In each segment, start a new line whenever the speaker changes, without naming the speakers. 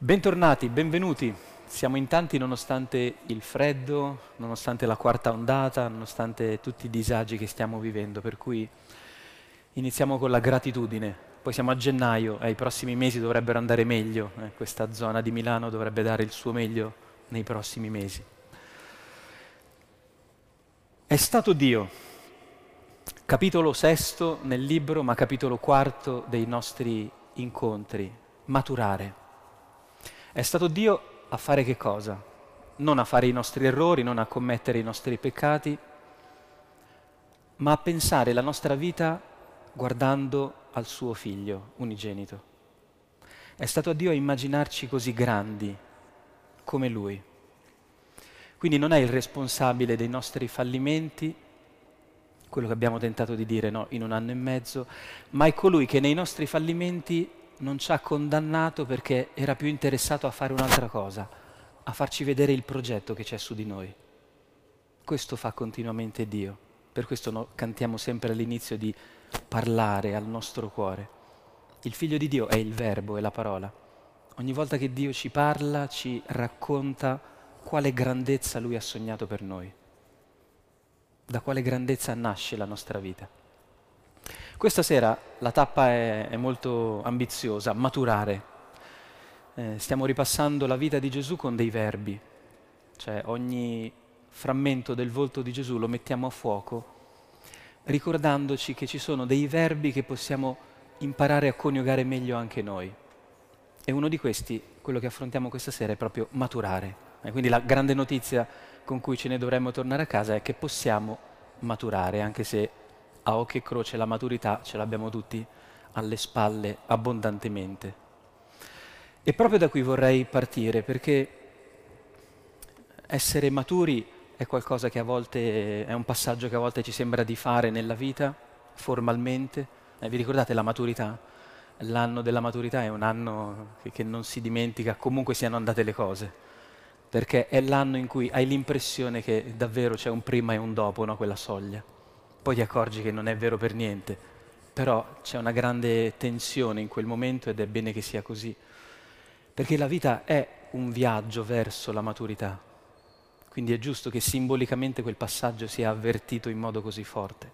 Bentornati, benvenuti. Siamo in tanti nonostante il freddo, nonostante la quarta ondata, nonostante tutti i disagi che stiamo vivendo, per cui iniziamo con la gratitudine. Poi siamo a gennaio e i prossimi mesi dovrebbero andare meglio. Questa zona di Milano dovrebbe dare il suo meglio nei prossimi mesi. È stato Dio, capitolo sesto nel libro, ma capitolo quarto dei nostri incontri, maturare. È stato Dio a fare che cosa? Non a fare i nostri errori, non a commettere i nostri peccati, ma a pensare la nostra vita guardando al suo figlio unigenito. È stato a Dio a immaginarci così grandi come Lui. Quindi non è il responsabile dei nostri fallimenti, quello che abbiamo tentato di dire in un anno e mezzo, ma è colui che nei nostri fallimenti non ci ha condannato perché era più interessato a fare un'altra cosa, a farci vedere il progetto che c'è su di noi. Questo fa continuamente Dio. Per questo cantiamo sempre all'inizio di parlare al nostro cuore. Il Figlio di Dio è il Verbo, è la parola. Ogni volta che Dio ci parla, ci racconta quale grandezza Lui ha sognato per noi. Da quale grandezza nasce la nostra vita. Questa sera la tappa è molto ambiziosa, maturare. Stiamo ripassando la vita di Gesù con dei verbi, cioè ogni frammento del volto di Gesù lo mettiamo a fuoco, ricordandoci che ci sono dei verbi che possiamo imparare a coniugare meglio anche noi. E uno di questi, quello che affrontiamo questa sera, è proprio maturare. Quindi la grande notizia con cui ce ne dovremmo tornare a casa è che possiamo maturare, anche se a occhio e croce la maturità ce l'abbiamo tutti alle spalle abbondantemente. E proprio da qui vorrei partire, perché essere maturi è qualcosa che a volte è un passaggio che a volte ci sembra di fare nella vita, formalmente. Vi ricordate la maturità? L'anno della maturità è un anno che non si dimentica, comunque siano andate le cose, perché è l'anno in cui hai l'impressione che davvero c'è un prima e un dopo, no? Quella soglia. Poi ti accorgi che non è vero per niente, però c'è una grande tensione in quel momento ed è bene che sia così, perché la vita è un viaggio verso la maturità, quindi è giusto che simbolicamente quel passaggio sia avvertito in modo così forte.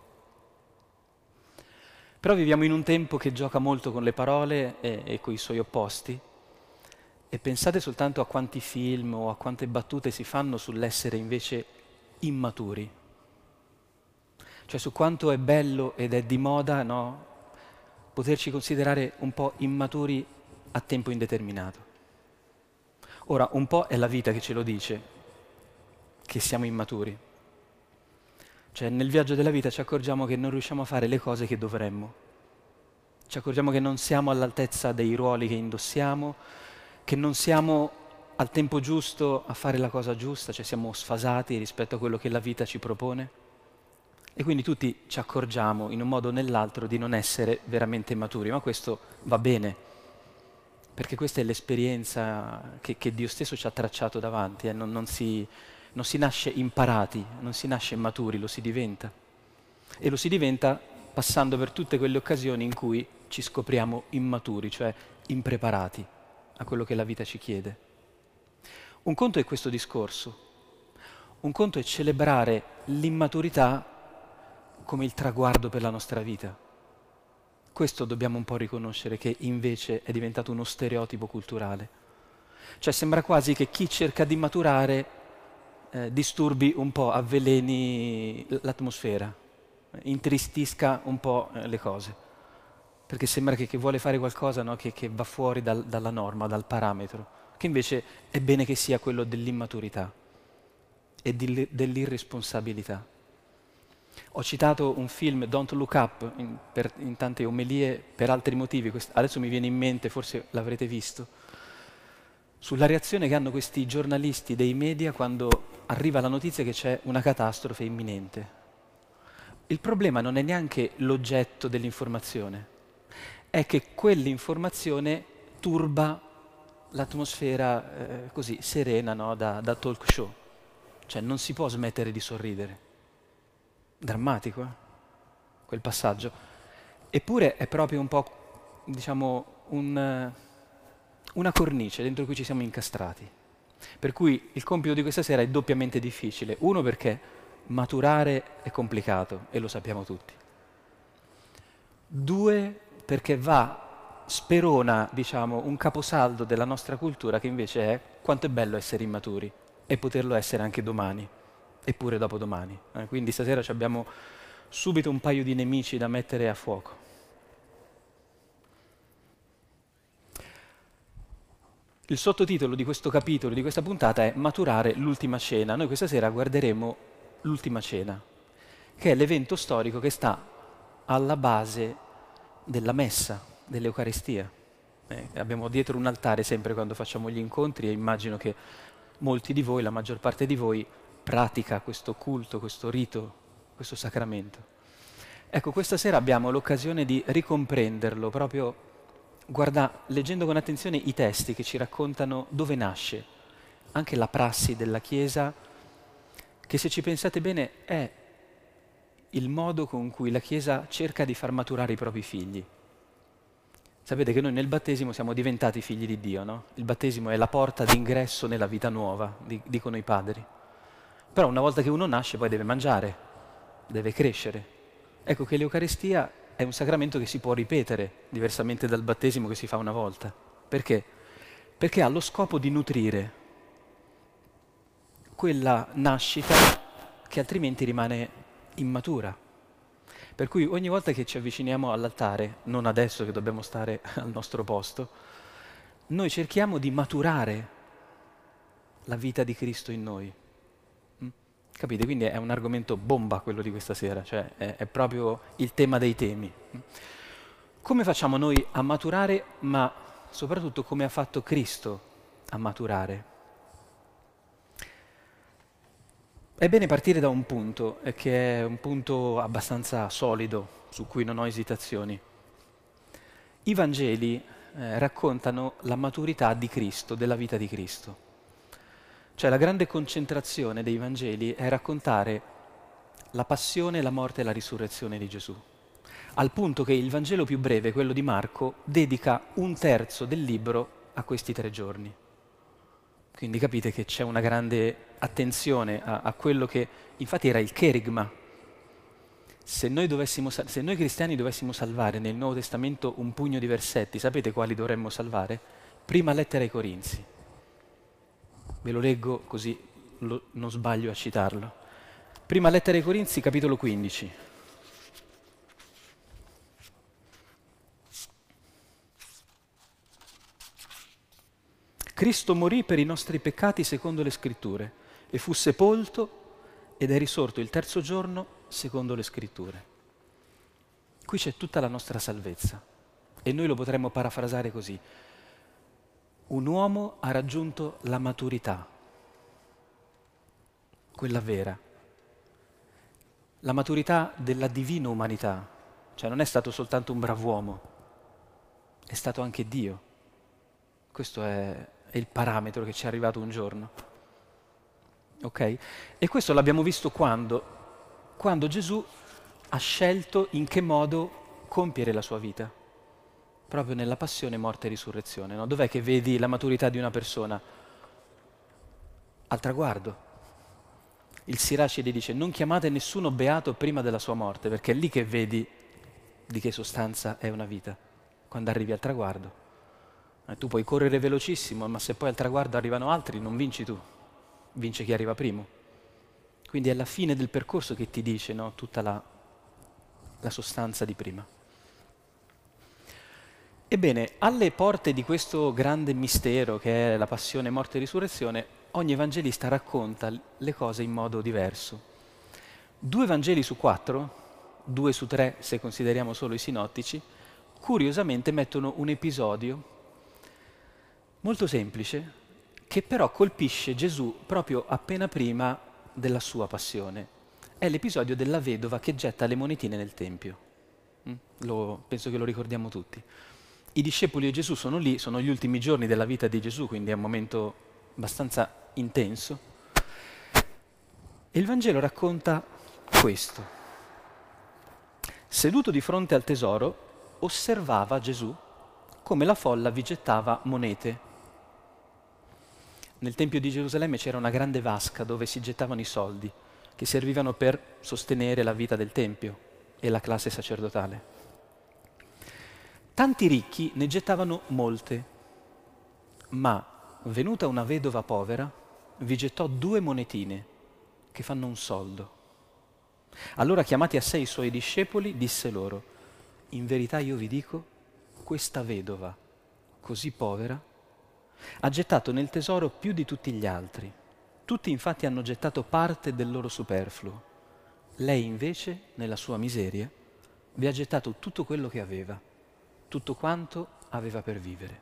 Però viviamo in un tempo che gioca molto con le parole e con i suoi opposti, e pensate soltanto a quanti film o a quante battute si fanno sull'essere invece immaturi. Cioè su quanto è bello ed è di moda, no? Poterci considerare un po' immaturi a tempo indeterminato. Ora, un po' è la vita che ce lo dice, che siamo immaturi. Cioè nel viaggio della vita ci accorgiamo che non riusciamo a fare le cose che dovremmo. Ci accorgiamo che non siamo all'altezza dei ruoli che indossiamo, che non siamo al tempo giusto a fare la cosa giusta, cioè siamo sfasati rispetto a quello che la vita ci propone. E quindi tutti ci accorgiamo in un modo o nell'altro di non essere veramente maturi, ma questo va bene, perché questa è l'esperienza che Dio stesso ci ha tracciato davanti, non si nasce imparati, non si nasce maturi, lo si diventa. E lo si diventa passando per tutte quelle occasioni in cui ci scopriamo immaturi, cioè impreparati a quello che la vita ci chiede. Un conto è questo discorso, un conto è celebrare l'immaturità come il traguardo per la nostra vita. Questo dobbiamo un po' riconoscere, che invece è diventato uno stereotipo culturale. Cioè sembra quasi che chi cerca di maturare disturbi un po', avveleni l'atmosfera, intristisca un po' le cose, perché sembra che vuole fare qualcosa, no? che va fuori dalla norma, dal parametro, che invece è bene che sia quello dell'immaturità e dell'irresponsabilità. Ho citato un film, Don't Look Up, in tante omelie per altri motivi, adesso mi viene in mente, forse l'avrete visto, sulla reazione che hanno questi giornalisti dei media quando arriva la notizia che c'è una catastrofe imminente. Il problema non è neanche l'oggetto dell'informazione, è che quell'informazione turba l'atmosfera così serena, no? da talk show. Cioè non si può smettere di sorridere. Drammatico, quel passaggio. Eppure è proprio un po', diciamo, un una cornice dentro cui ci siamo incastrati. Per cui il compito di questa sera è doppiamente difficile. Uno, perché maturare è complicato e lo sappiamo tutti. Due, perché sperona, diciamo, un caposaldo della nostra cultura che invece è quanto è bello essere immaturi e poterlo essere anche domani e pure dopodomani. Quindi stasera abbiamo subito un paio di nemici da mettere a fuoco. Il sottotitolo di questo capitolo, di questa puntata, è Maturare l'ultima cena. Noi questa sera guarderemo l'ultima cena, che è l'evento storico che sta alla base della messa, dell'Eucaristia. Abbiamo dietro un altare sempre quando facciamo gli incontri e immagino che molti di voi, la maggior parte di voi, pratica questo culto, questo rito, questo sacramento. Ecco, questa sera abbiamo l'occasione di ricomprenderlo proprio leggendo con attenzione i testi che ci raccontano dove nasce, anche la prassi della Chiesa, che se ci pensate bene è il modo con cui la Chiesa cerca di far maturare i propri figli. Sapete che noi nel battesimo siamo diventati figli di Dio, no? Il battesimo è la porta d'ingresso nella vita nuova, dicono i padri. Però una volta che uno nasce poi deve mangiare, deve crescere. Ecco che l'Eucaristia è un sacramento che si può ripetere, diversamente dal battesimo che si fa una volta. Perché? Perché ha lo scopo di nutrire quella nascita che altrimenti rimane immatura. Per cui ogni volta che ci avviciniamo all'altare, non adesso che dobbiamo stare al nostro posto, noi cerchiamo di maturare la vita di Cristo in noi. Capite? Quindi è un argomento bomba quello di questa sera, cioè è proprio il tema dei temi. Come facciamo noi a maturare, ma soprattutto come ha fatto Cristo a maturare? È bene partire da un punto, che è un punto abbastanza solido, su cui non ho esitazioni. I Vangeli raccontano la maturità di Cristo, della vita di Cristo. Cioè la grande concentrazione dei Vangeli è raccontare la passione, la morte e la risurrezione di Gesù. Al punto che il Vangelo più breve, quello di Marco, dedica 1/3 del libro a questi 3 giorni. Quindi capite che c'è una grande attenzione a quello che infatti era il cherigma. Se noi cristiani dovessimo salvare nel Nuovo Testamento un pugno di versetti, sapete quali dovremmo salvare? Prima lettera ai Corinzi. Ve lo leggo così non sbaglio a citarlo. Prima lettera ai Corinzi, capitolo 15. Cristo morì per i nostri peccati secondo le Scritture e fu sepolto ed è risorto il 3° giorno secondo le Scritture. Qui c'è tutta la nostra salvezza e noi lo potremmo parafrasare così. Un uomo ha raggiunto la maturità, quella vera, la maturità della divina umanità, cioè non è stato soltanto un brav'uomo, è stato anche Dio. Questo è il parametro che ci è arrivato un giorno. Ok? E questo l'abbiamo visto quando Gesù ha scelto in che modo compiere la sua vita. Proprio nella passione, morte e risurrezione. No? Dov'è che vedi la maturità di una persona? Al traguardo. Il Siracide dice: non chiamate nessuno beato prima della sua morte, perché è lì che vedi di che sostanza è una vita, quando arrivi al traguardo. Tu puoi correre velocissimo, ma se poi al traguardo arrivano altri, non vinci tu, vince chi arriva primo. Quindi è la fine del percorso che ti dice, no? Tutta la sostanza di prima. Ebbene, alle porte di questo grande mistero che è la passione, morte e risurrezione, ogni evangelista racconta le cose in modo diverso. 2 Vangeli su 4, 2 su 3 se consideriamo solo i sinottici, curiosamente mettono un episodio molto semplice che però colpisce Gesù proprio appena prima della sua passione. È l'episodio della vedova che getta le monetine nel Tempio. Penso che lo ricordiamo tutti. I discepoli di Gesù sono lì, sono gli ultimi giorni della vita di Gesù, quindi è un momento abbastanza intenso. E il Vangelo racconta questo. Seduto di fronte al tesoro, osservava Gesù come la folla vi gettava monete Nel Tempio di Gerusalemme c'era una grande vasca dove si gettavano i soldi che servivano per sostenere la vita del Tempio e la classe sacerdotale. Tanti ricchi ne gettavano molte, ma venuta una vedova povera, vi gettò 2 monetine che fanno un soldo. Allora, chiamati a sé i suoi discepoli, disse loro: in verità io vi dico, questa vedova, così povera, ha gettato nel tesoro più di tutti gli altri. Tutti infatti hanno gettato parte del loro superfluo. Lei invece, nella sua miseria, vi ha gettato tutto quello che aveva, tutto quanto aveva per vivere.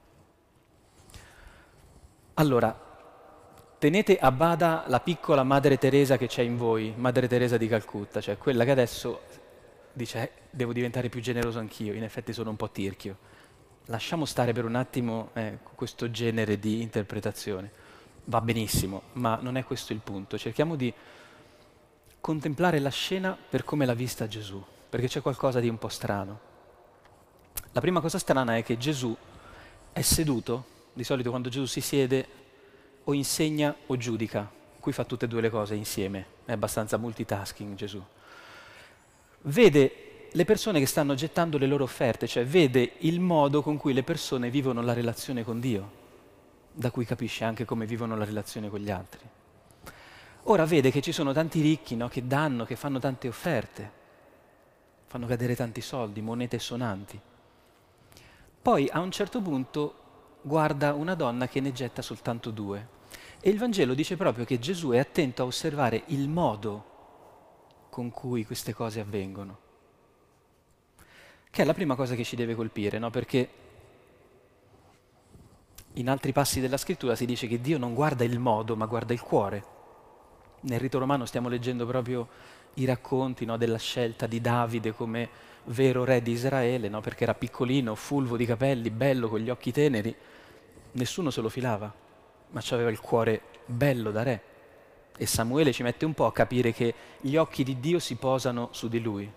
Allora, tenete a bada la piccola Madre Teresa che c'è in voi, Madre Teresa di Calcutta, cioè quella che adesso dice devo diventare più generoso anch'io, in effetti sono un po' tirchio. Lasciamo stare per un attimo questo genere di interpretazione. Va benissimo, ma non è questo il punto. Cerchiamo di contemplare la scena per come l'ha vista Gesù, perché c'è qualcosa di un po' strano. La prima cosa strana è che Gesù è seduto, di solito quando Gesù si siede o insegna o giudica, qui fa tutte e 2 le cose insieme, è abbastanza multitasking Gesù. Vede le persone che stanno gettando le loro offerte, cioè vede il modo con cui le persone vivono la relazione con Dio, da cui capisce anche come vivono la relazione con gli altri. Ora vede che ci sono tanti ricchi, no, che danno, che fanno tante offerte, fanno cadere tanti soldi, monete sonanti. Poi a un certo punto guarda una donna che ne getta soltanto 2. E il Vangelo dice proprio che Gesù è attento a osservare il modo con cui queste cose avvengono, che è la prima cosa che ci deve colpire, no? Perché in altri passi della scrittura si dice che Dio non guarda il modo, ma guarda il cuore. Nel rito romano stiamo leggendo proprio i racconti, no, della scelta di Davide come vero re di Israele, no? Perché era piccolino, fulvo di capelli, bello, con gli occhi teneri. Nessuno se lo filava, ma aveva il cuore bello da re. E Samuele ci mette un po' a capire che gli occhi di Dio si posano su di lui.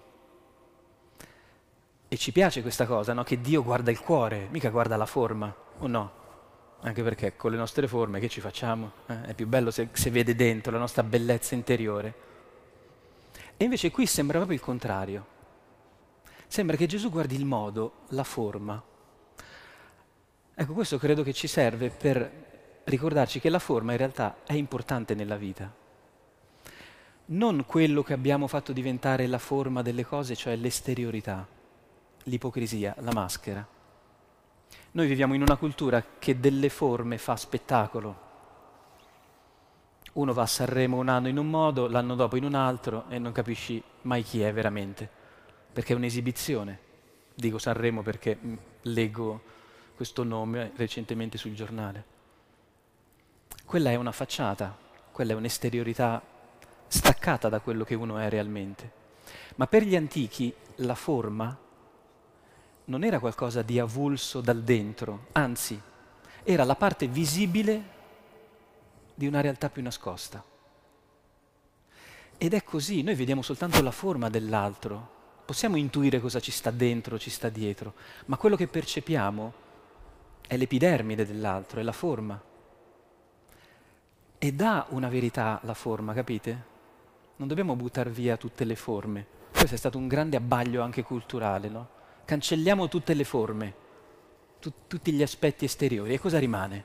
E ci piace questa cosa, no? Che Dio guarda il cuore, mica guarda la forma, o no? Anche perché con le nostre forme che ci facciamo? È più bello se vede dentro la nostra bellezza interiore. E invece qui sembra proprio il contrario. Sembra che Gesù guardi il modo, la forma. Ecco, questo credo che ci serve per ricordarci che la forma in realtà è importante nella vita. Non quello che abbiamo fatto diventare la forma delle cose, cioè l'esteriorità, l'ipocrisia, la maschera. Noi viviamo in una cultura che delle forme fa spettacolo. Uno va a Sanremo un anno in un modo, l'anno dopo in un altro e non capisci mai chi è veramente, perché è un'esibizione. Dico Sanremo perché leggo questo nome recentemente sul giornale. Quella è una facciata, quella è un'esteriorità staccata da quello che uno è realmente. Ma per gli antichi la forma non era qualcosa di avulso dal dentro, anzi, era la parte visibile di una realtà più nascosta. Ed è così, noi vediamo soltanto la forma dell'altro, possiamo intuire cosa ci sta dentro, ci sta dietro, ma quello che percepiamo è l'epidermide dell'altro, è la forma. E dà una verità la forma, capite? Non dobbiamo buttare via tutte le forme. Questo è stato un grande abbaglio anche culturale, no? Cancelliamo tutte le forme, tutti gli aspetti esteriori. E cosa rimane?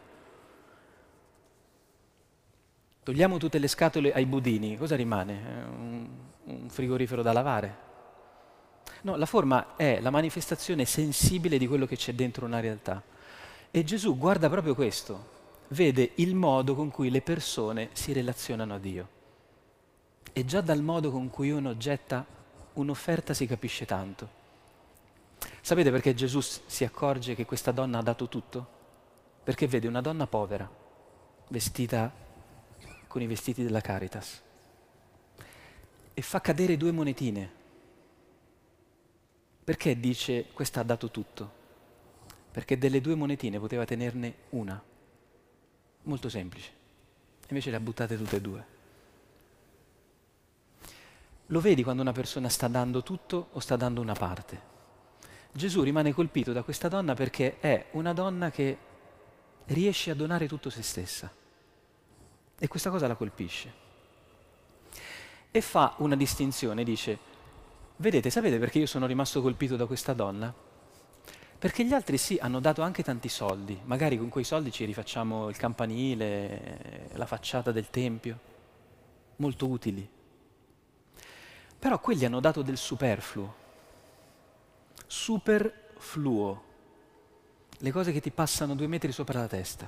Togliamo tutte le scatole ai budini, cosa rimane? Un frigorifero da lavare? No, la forma è la manifestazione sensibile di quello che c'è dentro una realtà. E Gesù guarda proprio questo. Vede il modo con cui le persone si relazionano a Dio. E già dal modo con cui uno getta un'offerta si capisce tanto. Sapete perché Gesù si accorge che questa donna ha dato tutto? Perché vede una donna povera, vestita con i vestiti della Caritas, e fa cadere 2 monetine. Perché dice questa ha dato tutto? Perché delle 2 monetine poteva tenerne una. Molto semplice. Invece le ha buttate tutte e 2. Lo vedi quando una persona sta dando tutto o sta dando una parte? Gesù rimane colpito da questa donna perché è una donna che riesce a donare tutto se stessa. E questa cosa la colpisce. E fa una distinzione, dice, vedete, sapete perché io sono rimasto colpito da questa donna? Perché gli altri sì, hanno dato anche tanti soldi, magari con quei soldi ci rifacciamo il campanile, la facciata del tempio, molto utili. Però quelli hanno dato del superfluo, superfluo, le cose che ti passano 2 metri sopra la testa.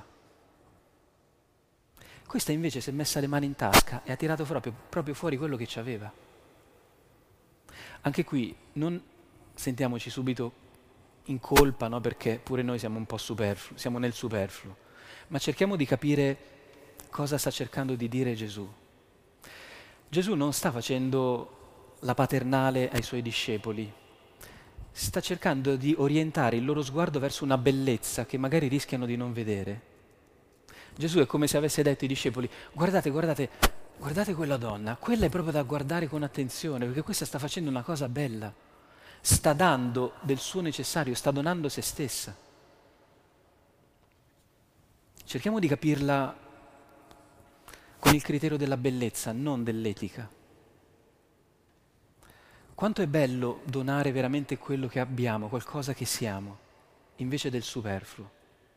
Questa invece si è messa le mani in tasca e ha tirato proprio fuori quello che c'aveva. Anche qui non sentiamoci subito in colpa, no? Perché pure noi siamo un po' superfluo, siamo nel superfluo, ma cerchiamo di capire cosa sta cercando di dire Gesù. Gesù non sta facendo la paternale ai suoi discepoli, sta cercando di orientare il loro sguardo verso una bellezza che magari rischiano di non vedere. Gesù è come se avesse detto ai discepoli, guardate, guardate, guardate quella donna, quella è proprio da guardare con attenzione, perché questa sta facendo una cosa bella, sta dando del suo necessario, sta donando se stessa. Cerchiamo di capirla con il criterio della bellezza, non dell'etica. Quanto è bello donare veramente quello che abbiamo, qualcosa che siamo, invece del superfluo.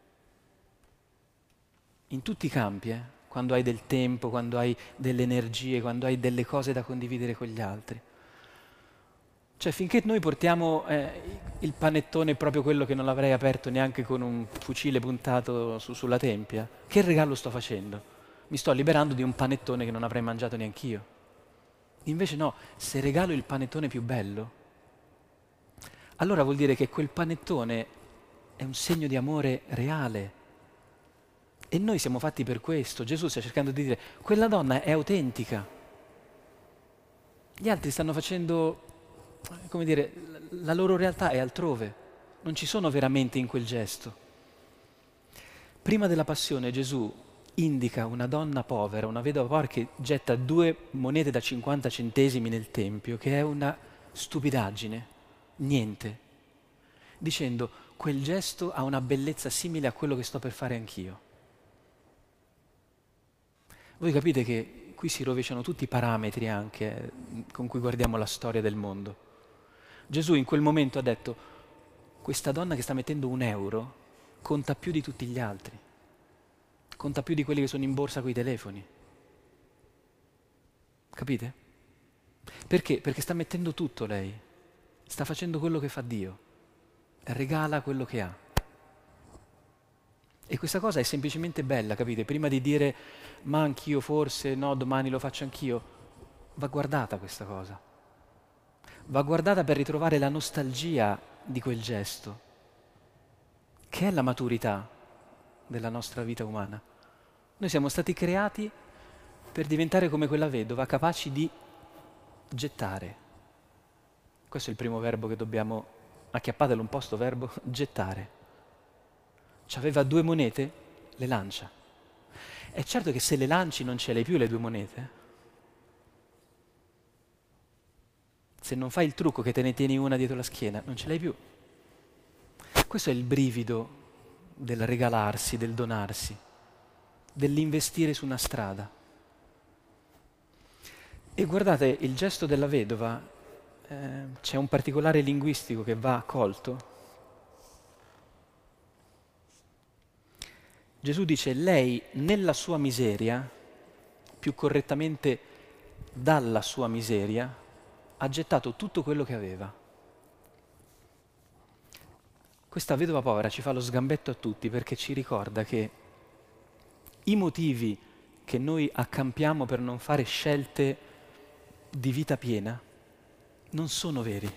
In tutti i campi, quando hai del tempo, quando hai delle energie, quando hai delle cose da condividere con gli altri. Cioè, finché noi portiamo il panettone, proprio quello che non l'avrei aperto neanche con un fucile puntato sulla tempia, che regalo sto facendo? Mi sto liberando di un panettone che non avrei mangiato neanch'io. Invece no, se regalo il panettone più bello, allora vuol dire che quel panettone è un segno di amore reale. E noi siamo fatti per questo. Gesù sta cercando di dire, quella donna è autentica. Gli altri stanno facendo, come dire, la loro realtà è altrove. Non ci sono veramente in quel gesto. Prima della passione Gesù indica una donna povera, una vedova povera che getta 2 monete da 50 centesimi nel Tempio, che è una stupidaggine, niente, dicendo quel gesto ha una bellezza simile a quello che sto per fare anch'io. Voi capite che qui si rovesciano tutti i parametri anche con cui guardiamo la storia del mondo. Gesù in quel momento ha detto, questa donna che sta mettendo 1 euro conta più di tutti gli altri, conta più di quelli che sono in borsa coi telefoni. Capite? Perché? Perché sta mettendo tutto lei, sta facendo quello che fa Dio, regala quello che ha. E questa cosa è semplicemente bella, capite? Prima di dire ma anch'io forse, no, domani lo faccio anch'io, va guardata questa cosa. Va guardata per ritrovare la nostalgia di quel gesto, che è la maturità della nostra vita umana. Noi siamo stati creati per diventare come quella vedova, capaci di gettare. Questo è il primo verbo che dobbiamo, acchiappatelo un po' sto verbo, gettare. C'aveva 2 monete, le lancia. È certo che se le lanci non ce l'hai più le 2 monete. Se non fai il trucco che te ne tieni una dietro la schiena, non ce l'hai più. Questo è il brivido del regalarsi, del donarsi, dell'investire su una strada. E guardate, il gesto della vedova, c'è un particolare linguistico che va colto. Gesù dice, lei nella sua miseria, più correttamente dalla sua miseria, ha gettato tutto quello che aveva. Questa vedova povera ci fa lo sgambetto a tutti perché ci ricorda che i motivi che noi accampiamo per non fare scelte di vita piena non sono veri.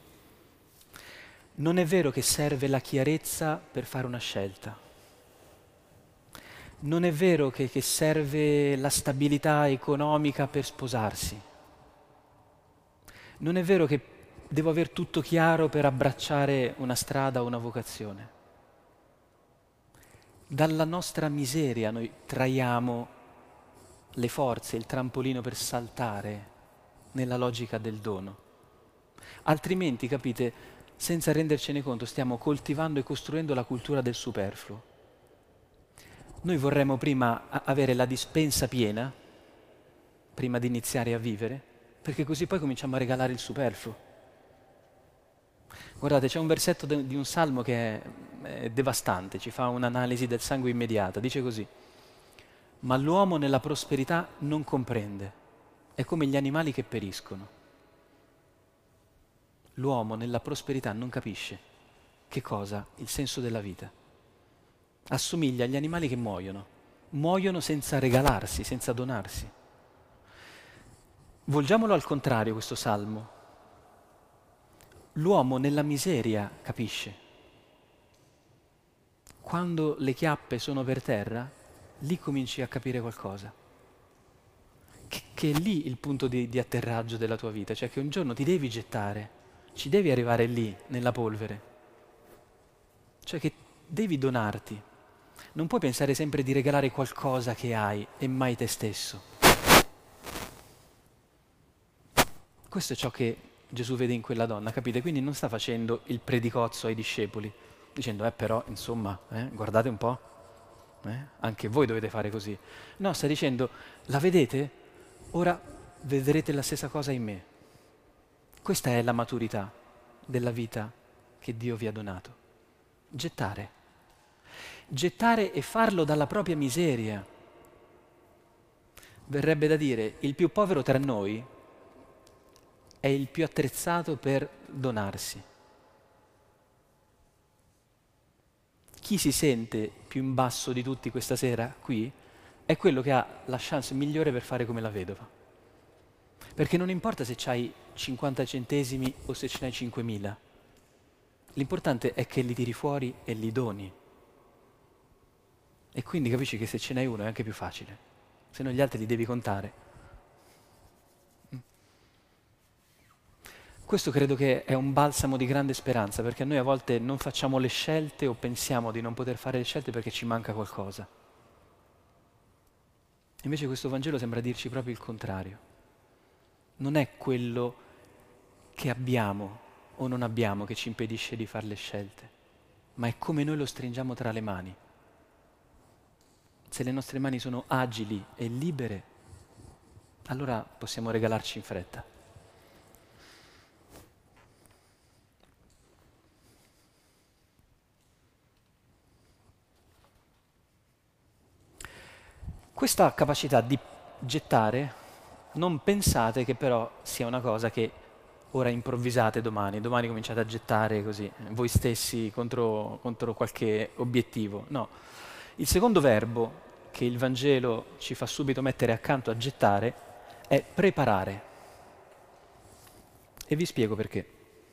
Non è vero che serve la chiarezza per fare una scelta. Non è vero che serve la stabilità economica per sposarsi. Non è vero che devo aver tutto chiaro per abbracciare una strada o una vocazione. Dalla nostra miseria noi traiamo le forze, il trampolino per saltare nella logica del dono. Altrimenti, capite, senza rendercene conto, stiamo coltivando e costruendo la cultura del superfluo. Noi vorremmo prima avere la dispensa piena, prima di iniziare a vivere, perché così poi cominciamo a regalare il superfluo. Guardate, c'è un versetto di un salmo che è devastante, ci fa un'analisi del sangue immediata. Dice così: ma l'uomo nella prosperità non comprende, è come gli animali che periscono. L'uomo nella prosperità non capisce che cosa? Il senso della vita. Assomiglia agli animali che muoiono senza regalarsi, senza donarsi. Volgiamolo al contrario questo salmo. L'uomo nella miseria capisce. Quando le sono per terra, lì cominci a capire qualcosa. Che è lì il punto di atterraggio della tua vita, cioè che un giorno ti devi gettare, ci devi arrivare lì, nella polvere. Cioè che devi donarti. Non puoi pensare sempre di regalare qualcosa che hai e mai te stesso. Questo è ciò che Gesù vede in quella donna, capite? Quindi non sta facendo il predicozzo ai discepoli, dicendo, però, insomma, guardate un po', anche voi dovete fare così. No, sta dicendo, la vedete? Ora vedrete la stessa cosa in me. Questa è la maturità della vita che Dio vi ha donato. Gettare. Gettare e farlo dalla propria miseria. Verrebbe da dire, il più povero tra noi è il più attrezzato per donarsi. Chi si sente più in basso di tutti questa sera qui è quello che ha la chance migliore per fare come la vedova. Perché non importa se c'hai 50 centesimi o se ce n'hai 5.000. L'importante è che li tiri fuori e li doni. E quindi capisci che se ce n'hai uno è anche più facile. Se no gli altri li devi contare. Questo credo che è un balsamo di grande speranza, perché noi a volte non facciamo le scelte o pensiamo di non poter fare le scelte perché ci manca qualcosa. Invece questo Vangelo sembra dirci proprio il contrario. Non è quello che abbiamo o non abbiamo che ci impedisce di fare le scelte, ma è come noi lo stringiamo tra le mani. Se le nostre mani sono agili e libere, allora possiamo regalarci in fretta. Questa capacità di gettare, non pensate che però sia una cosa che ora improvvisate domani cominciate a gettare così, voi stessi contro qualche obiettivo. No, il secondo verbo che il Vangelo ci fa subito mettere accanto a gettare è preparare. E vi spiego perché.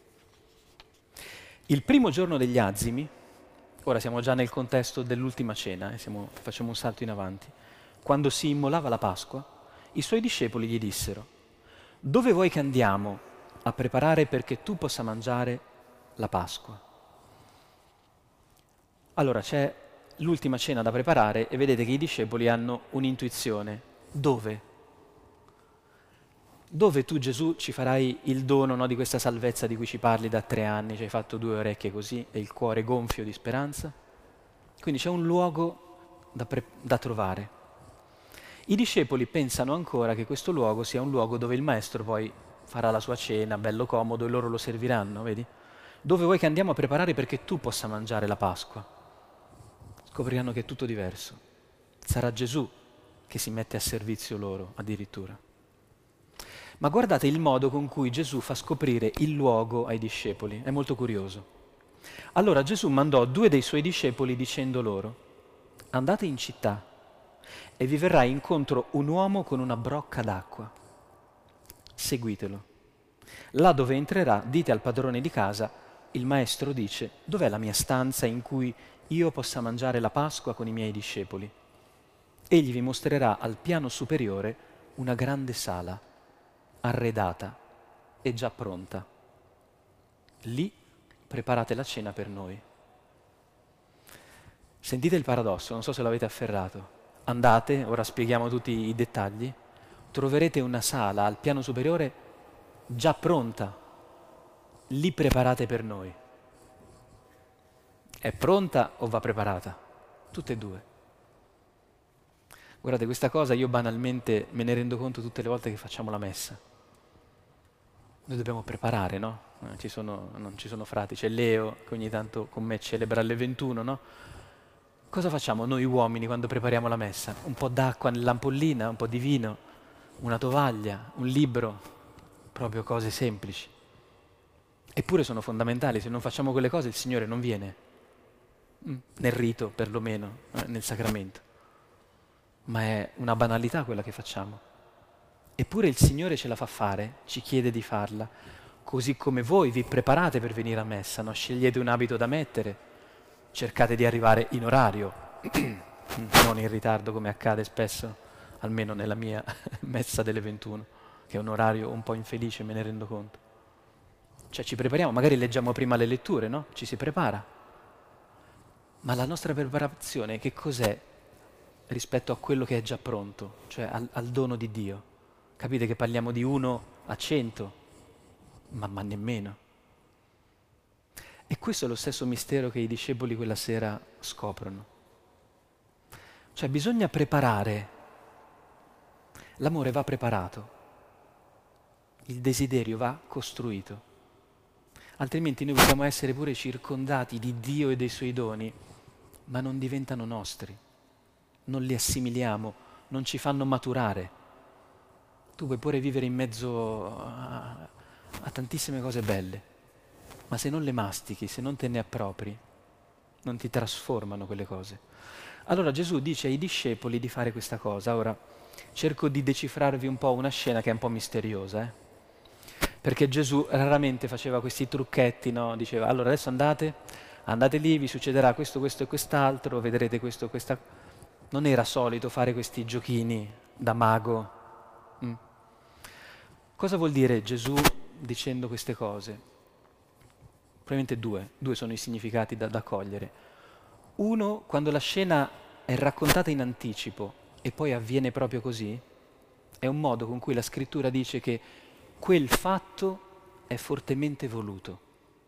Il primo giorno degli azimi, ora siamo già nel contesto dell'ultima cena, facciamo un salto in avanti, quando si immolava la Pasqua, i suoi discepoli gli dissero: dove vuoi che andiamo a preparare perché tu possa mangiare la Pasqua? Allora c'è l'ultima cena da preparare e vedete che i discepoli hanno un'intuizione. Dove? Dove tu, Gesù, ci farai il dono, no, di questa salvezza di cui ci parli da 3 anni, ci hai fatto 2 orecchie così e il cuore gonfio di speranza? Quindi c'è un luogo da trovare. I discepoli pensano ancora che questo luogo sia un luogo dove il maestro poi farà la sua cena, bello comodo, e loro lo serviranno, vedi? Dove vuoi che andiamo a preparare perché tu possa mangiare la Pasqua? Scopriranno che è tutto diverso. Sarà Gesù che si mette a servizio loro, addirittura. Ma guardate il modo con cui Gesù fa scoprire il luogo ai discepoli, è molto curioso. Allora Gesù mandò 2 dei suoi discepoli dicendo loro: andate in città e vi verrà incontro un uomo con una brocca d'acqua. Seguitelo. Là dove entrerà, dite al padrone di casa: il maestro dice, dov'è la mia stanza in cui io possa mangiare la Pasqua con i miei discepoli? Egli vi mostrerà al piano superiore una grande sala, arredata e già pronta. Lì preparate la cena per noi. Sentite il paradosso, non so se l'avete afferrato. Andate, ora spieghiamo tutti i dettagli, troverete una sala al piano superiore già pronta, lì preparate per noi. È pronta o va preparata? Tutte e due. Guardate, questa cosa io banalmente me ne rendo conto tutte le volte che facciamo la messa. Noi dobbiamo preparare, no? Non ci sono frati, c'è Leo che ogni tanto con me celebra alle 21, no? Cosa facciamo noi uomini quando prepariamo la messa? Un po' d'acqua nell'ampollina, un po' di vino, una tovaglia, un libro, proprio cose semplici. Eppure sono fondamentali, se non facciamo quelle cose il Signore non viene, nel rito perlomeno, nel sacramento. Ma è una banalità quella che facciamo. Eppure il Signore ce la fa fare, ci chiede di farla, così come voi vi preparate per venire a messa, no? Scegliete un abito da mettere, cercate di arrivare in orario, non in ritardo come accade spesso, almeno nella mia messa delle 21, che è un orario un po' infelice, me ne rendo conto. Cioè ci prepariamo, magari leggiamo prima le letture, no? Ci si prepara. Ma la nostra preparazione che cos'è rispetto a quello che è già pronto, cioè al dono di Dio? Capite che parliamo di 1 a 100, ma nemmeno. E questo è lo stesso mistero che i discepoli quella sera scoprono. Cioè bisogna preparare, l'amore va preparato, il desiderio va costruito. Altrimenti noi possiamo essere pure circondati di Dio e dei Suoi doni, ma non diventano nostri, non li assimiliamo, non ci fanno maturare. Tu puoi pure vivere in mezzo a tantissime cose belle, ma se non le mastichi, se non te ne appropri, non ti trasformano quelle cose. Allora Gesù dice ai discepoli di fare questa cosa. Ora cerco di decifrarvi un po' una scena che è un po' misteriosa, perché Gesù raramente faceva questi trucchetti, no? Diceva, allora adesso andate lì, vi succederà questo, questo e quest'altro, vedrete questo, questa... Non era solito fare questi giochini da mago. Cosa vuol dire Gesù dicendo queste cose? Probabilmente due sono i significati da cogliere. Uno, quando la scena è raccontata in anticipo e poi avviene proprio così, è un modo con cui la scrittura dice che quel fatto è fortemente voluto,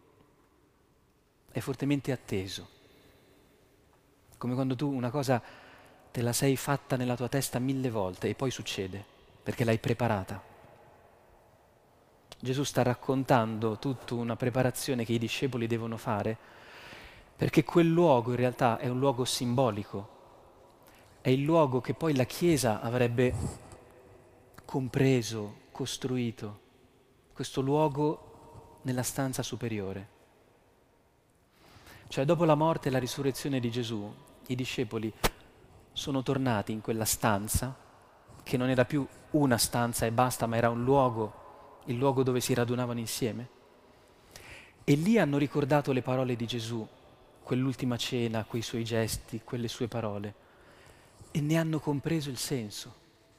è fortemente atteso. Come quando tu una cosa te la sei fatta nella tua testa 1000 volte e poi succede, perché l'hai preparata. Gesù sta raccontando tutta una preparazione che i discepoli devono fare, perché quel luogo in realtà è un luogo simbolico, è il luogo che poi la Chiesa avrebbe compreso, costruito, questo luogo nella stanza superiore. Cioè dopo la morte e la risurrezione di Gesù, i discepoli sono tornati in quella stanza, che non era più una stanza e basta, ma era un luogo, il luogo dove si radunavano insieme. E lì hanno ricordato le parole di Gesù, quell'ultima cena, quei suoi gesti, quelle sue parole, e ne hanno compreso il senso.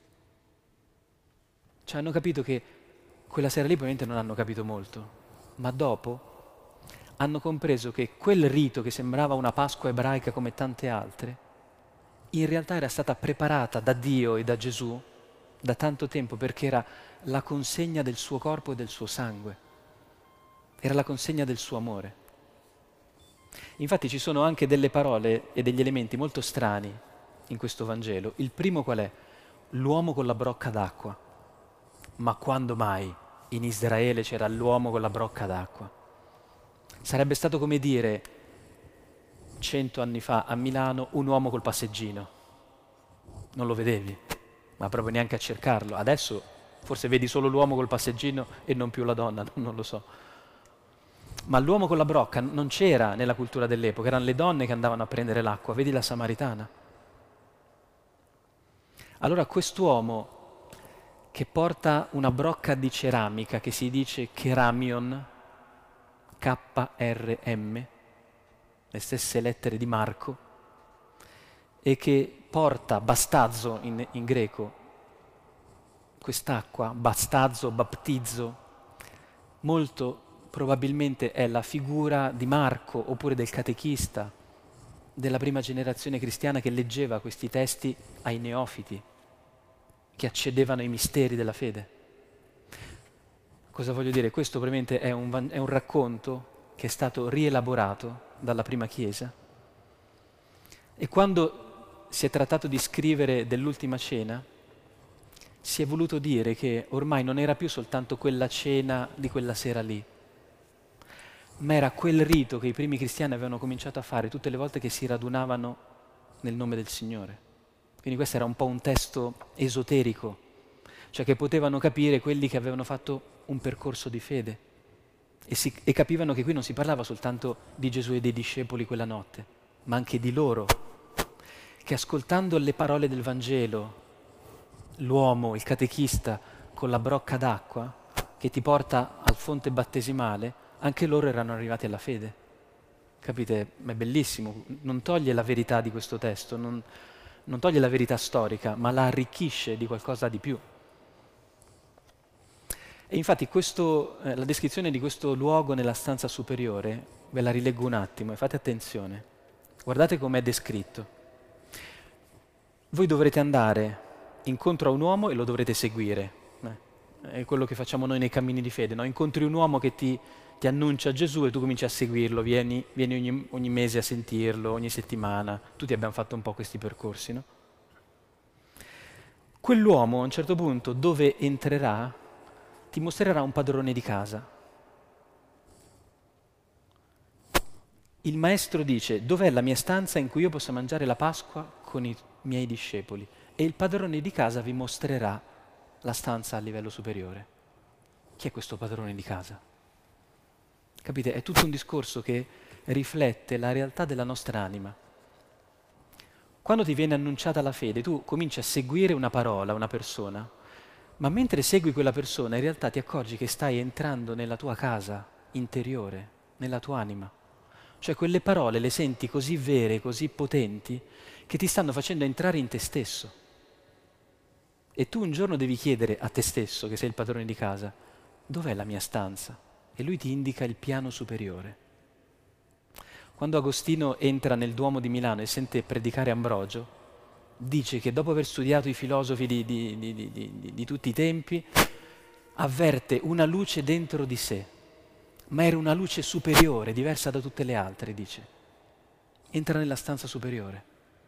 Cioè hanno capito che quella sera lì probabilmente non hanno capito molto, ma dopo hanno compreso che quel rito che sembrava una Pasqua ebraica come tante altre, in realtà era stata preparata da Dio e da Gesù da tanto tempo, perché era la consegna del suo corpo e del suo sangue, era la consegna del suo amore. Infatti ci sono anche delle parole e degli elementi molto strani in questo Vangelo. Il primo qual è? L'uomo con la brocca d'acqua. Ma quando mai in Israele c'era l'uomo con la brocca d'acqua? Sarebbe stato come dire 100 anni fa a Milano un uomo col passeggino. Non lo vedevi, ma proprio neanche a cercarlo. Adesso forse vedi solo l'uomo col passeggino e non più la donna, non lo so. Ma l'uomo con la brocca non c'era nella cultura dell'epoca, erano le donne che andavano a prendere l'acqua, vedi la Samaritana. Allora quest'uomo che porta una brocca di ceramica che si dice keramion, KRM, le stesse lettere di Marco, e che porta bastazzo in greco, quest'acqua, bastazzo, battizzo, molto probabilmente è la figura di Marco oppure del catechista della prima generazione cristiana che leggeva questi testi ai neofiti, che accedevano ai misteri della fede. Cosa voglio dire? Questo probabilmente è un racconto che è stato rielaborato dalla prima Chiesa, e quando si è trattato di scrivere dell'ultima cena, si è voluto dire che ormai non era più soltanto quella cena di quella sera lì, ma era quel rito che i primi cristiani avevano cominciato a fare tutte le volte che si radunavano nel nome del Signore. Quindi questo era un po' un testo esoterico, cioè che potevano capire quelli che avevano fatto un percorso di fede e capivano che qui non si parlava soltanto di Gesù e dei discepoli quella notte, ma anche di loro, che ascoltando le parole del Vangelo, l'uomo, il catechista, con la brocca d'acqua che ti porta al fonte battesimale, anche loro erano arrivati alla fede. Capite? È bellissimo, non toglie la verità di questo testo, non toglie la verità storica, ma la arricchisce di qualcosa di più. E infatti la descrizione di questo luogo nella stanza superiore, ve la rileggo un attimo e fate attenzione. Guardate com'è descritto. Voi dovrete andare incontro a un uomo e lo dovrete seguire. È quello che facciamo noi nei cammini di fede, no? Incontri un uomo che ti annuncia Gesù e tu cominci a seguirlo, vieni ogni mese a sentirlo, ogni settimana. Tutti abbiamo fatto un po' questi percorsi, no? Quell'uomo a un certo punto, dove entrerà, ti mostrerà un padrone di casa. Il maestro dice: dov'è la mia stanza in cui io possa mangiare la Pasqua con i miei discepoli? E il padrone di casa vi mostrerà la stanza a livello superiore. Chi è questo padrone di casa? Capite? È tutto un discorso che riflette la realtà della nostra anima. Quando ti viene annunciata la fede, tu cominci a seguire una parola, una persona, ma mentre segui quella persona, in realtà ti accorgi che stai entrando nella tua casa interiore, nella tua anima. Cioè quelle parole le senti così vere, così potenti, che ti stanno facendo entrare in te stesso. E tu un giorno devi chiedere a te stesso, che sei il padrone di casa, dov'è la mia stanza? E lui ti indica il piano superiore. Quando Agostino entra nel Duomo di Milano e sente predicare Ambrogio, dice che dopo aver studiato i filosofi di tutti i tempi, avverte una luce dentro di sé, ma era una luce superiore, diversa da tutte le altre, dice. Entra nella stanza superiore.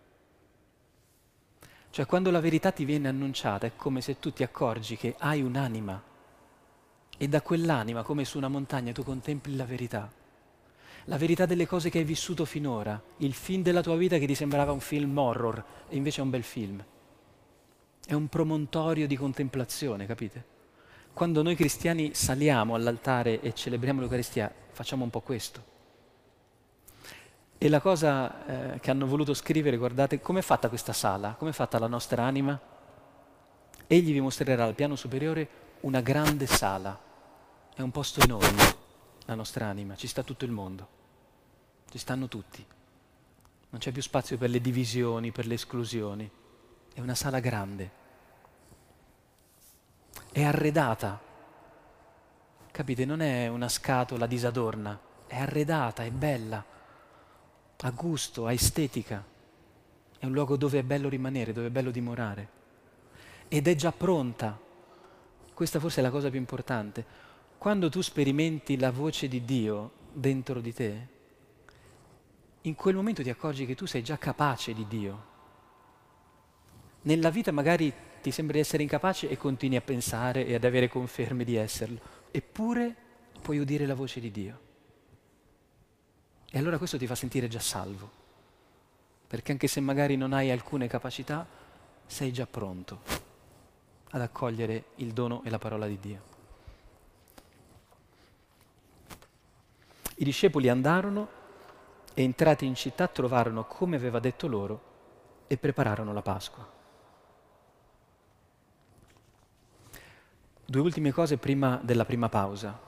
Cioè quando la verità ti viene annunciata è come se tu ti accorgi che hai un'anima e da quell'anima, come su una montagna, tu contempli la verità delle cose che hai vissuto finora, il film della tua vita che ti sembrava un film horror e invece è un bel film. È un promontorio di contemplazione, capite? Quando noi cristiani saliamo all'altare e celebriamo l'Eucaristia, facciamo un po' questo. E la cosa che hanno voluto scrivere, guardate, com'è fatta questa sala? Com'è fatta la nostra anima? Egli vi mostrerà al piano superiore una grande sala. È un posto enorme, la nostra anima, ci sta tutto il mondo. Ci stanno tutti. Non c'è più spazio per le divisioni, per le esclusioni. È una sala grande. È arredata. Capite? Non è una scatola disadorna. È arredata, è bella. Ha gusto, ha estetica, è un luogo dove è bello rimanere, dove è bello dimorare. Ed è già pronta. Questa forse è la cosa più importante. Quando tu sperimenti la voce di Dio dentro di te, in quel momento ti accorgi che tu sei già capace di Dio. Nella vita magari ti sembra di essere incapace e continui a pensare e ad avere conferme di esserlo, eppure puoi udire la voce di Dio. E allora questo ti fa sentire già salvo, perché anche se magari non hai alcune capacità, sei già pronto ad accogliere il dono e la parola di Dio. I discepoli andarono e entrati in città trovarono come aveva detto loro e prepararono la Pasqua. Due ultime cose prima della prima pausa.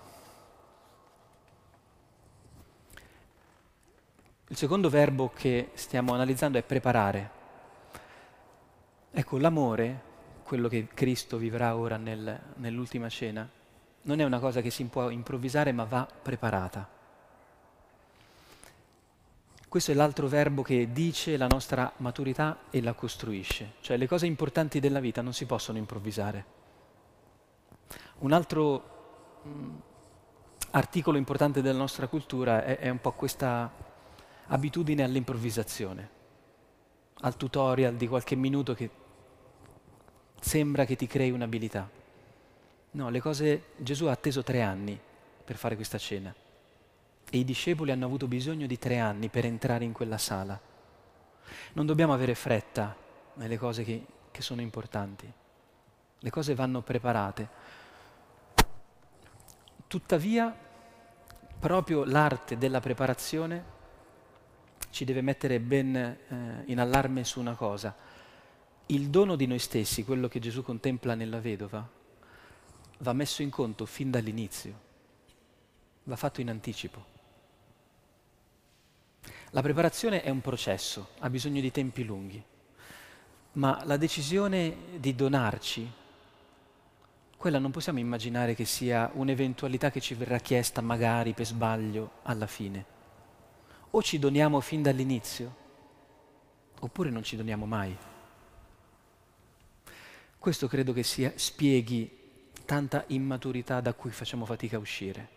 Il secondo verbo che stiamo analizzando è preparare. Ecco, l'amore, quello che Cristo vivrà ora nell'ultima cena, non è una cosa che si può improvvisare, ma va preparata. Questo è l'altro verbo che dice la nostra maturità e la costruisce. Cioè le cose importanti della vita non si possono improvvisare. Un altro articolo importante della nostra cultura è un po' questa abitudine all'improvvisazione. al tutorial di qualche minuto che sembra che ti crei un'abilità. No, Gesù ha atteso 3 anni per fare questa cena e i discepoli hanno avuto bisogno di 3 anni per entrare in quella sala. Non dobbiamo avere fretta nelle cose che sono importanti. Le cose vanno preparate. Tuttavia, proprio l'arte della preparazione ci deve mettere ben in allarme su una cosa. Il dono di noi stessi, quello che Gesù contempla nella vedova, va messo in conto fin dall'inizio, va fatto in anticipo. La preparazione è un processo, ha bisogno di tempi lunghi, ma la decisione di donarci, quella non possiamo immaginare che sia un'eventualità che ci verrà chiesta magari per sbaglio alla fine. O ci doniamo fin dall'inizio, oppure non ci doniamo mai. Questo credo che spieghi tanta immaturità da cui facciamo fatica a uscire.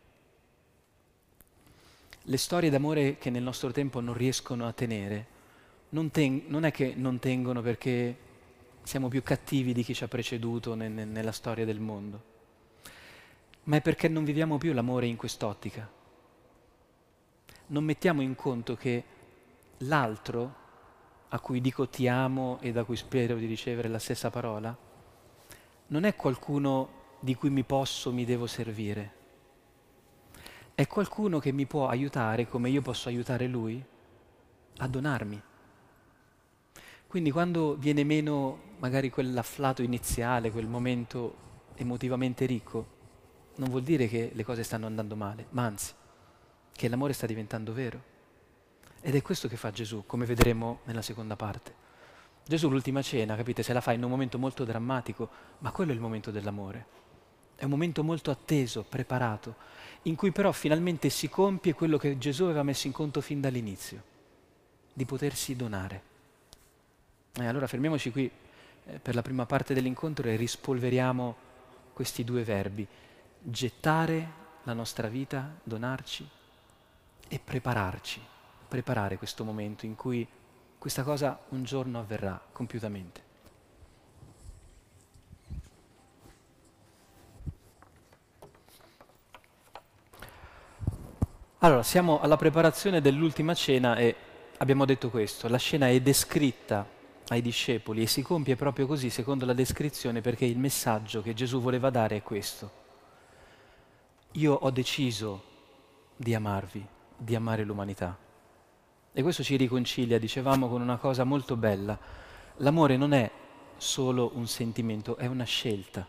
Le storie d'amore che nel nostro tempo non riescono a tenere, non è che non tengono perché siamo più cattivi di chi ci ha preceduto nella storia del mondo, ma è perché non viviamo più l'amore in quest'ottica. Non mettiamo in conto che l'altro, a cui dico ti amo e da cui spero di ricevere la stessa parola, non è qualcuno di cui mi devo servire. È qualcuno che mi può aiutare come io posso aiutare lui a donarmi. Quindi quando viene meno magari quell'afflato iniziale, quel momento emotivamente ricco, non vuol dire che le cose stanno andando male, ma anzi, che l'amore sta diventando vero. Ed è questo che fa Gesù, come vedremo nella seconda parte. Gesù l'ultima cena, capite, se la fa in un momento molto drammatico, ma quello è il momento dell'amore. È un momento molto atteso, preparato, in cui però finalmente si compie quello che Gesù aveva messo in conto fin dall'inizio, di potersi donare. Allora fermiamoci qui per la prima parte dell'incontro e rispolveriamo questi 2 verbi: gettare la nostra vita, donarci, e prepararci, preparare questo momento in cui questa cosa un giorno avverrà compiutamente. Allora, siamo alla preparazione dell'ultima cena e abbiamo detto questo: la scena è descritta ai discepoli e si compie proprio così, secondo la descrizione, perché il messaggio che Gesù voleva dare è questo: io ho deciso di amarvi, di amare l'umanità. E questo ci riconcilia, dicevamo, con una cosa molto bella. L'amore non è solo un sentimento, è una scelta.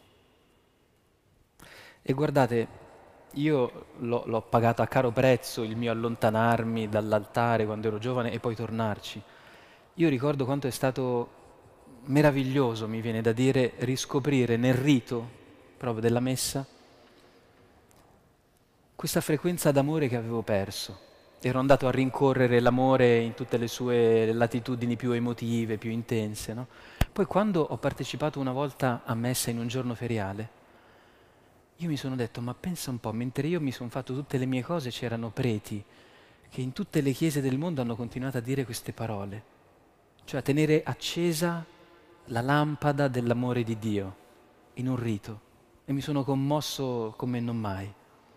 E guardate, io l'ho pagato a caro prezzo il mio allontanarmi dall'altare quando ero giovane e poi tornarci. Io ricordo quanto è stato meraviglioso, mi viene da dire, riscoprire nel rito proprio della messa questa frequenza d'amore che avevo perso. Ero andato a rincorrere l'amore in tutte le sue latitudini più emotive, più intense, no? Poi quando ho partecipato una volta a messa in un giorno feriale, io mi sono detto, ma pensa un po', mentre io mi sono fatto tutte le mie cose, c'erano preti che in tutte le chiese del mondo hanno continuato a dire queste parole, cioè a tenere accesa la lampada dell'amore di Dio in un rito, e mi sono commosso come non mai.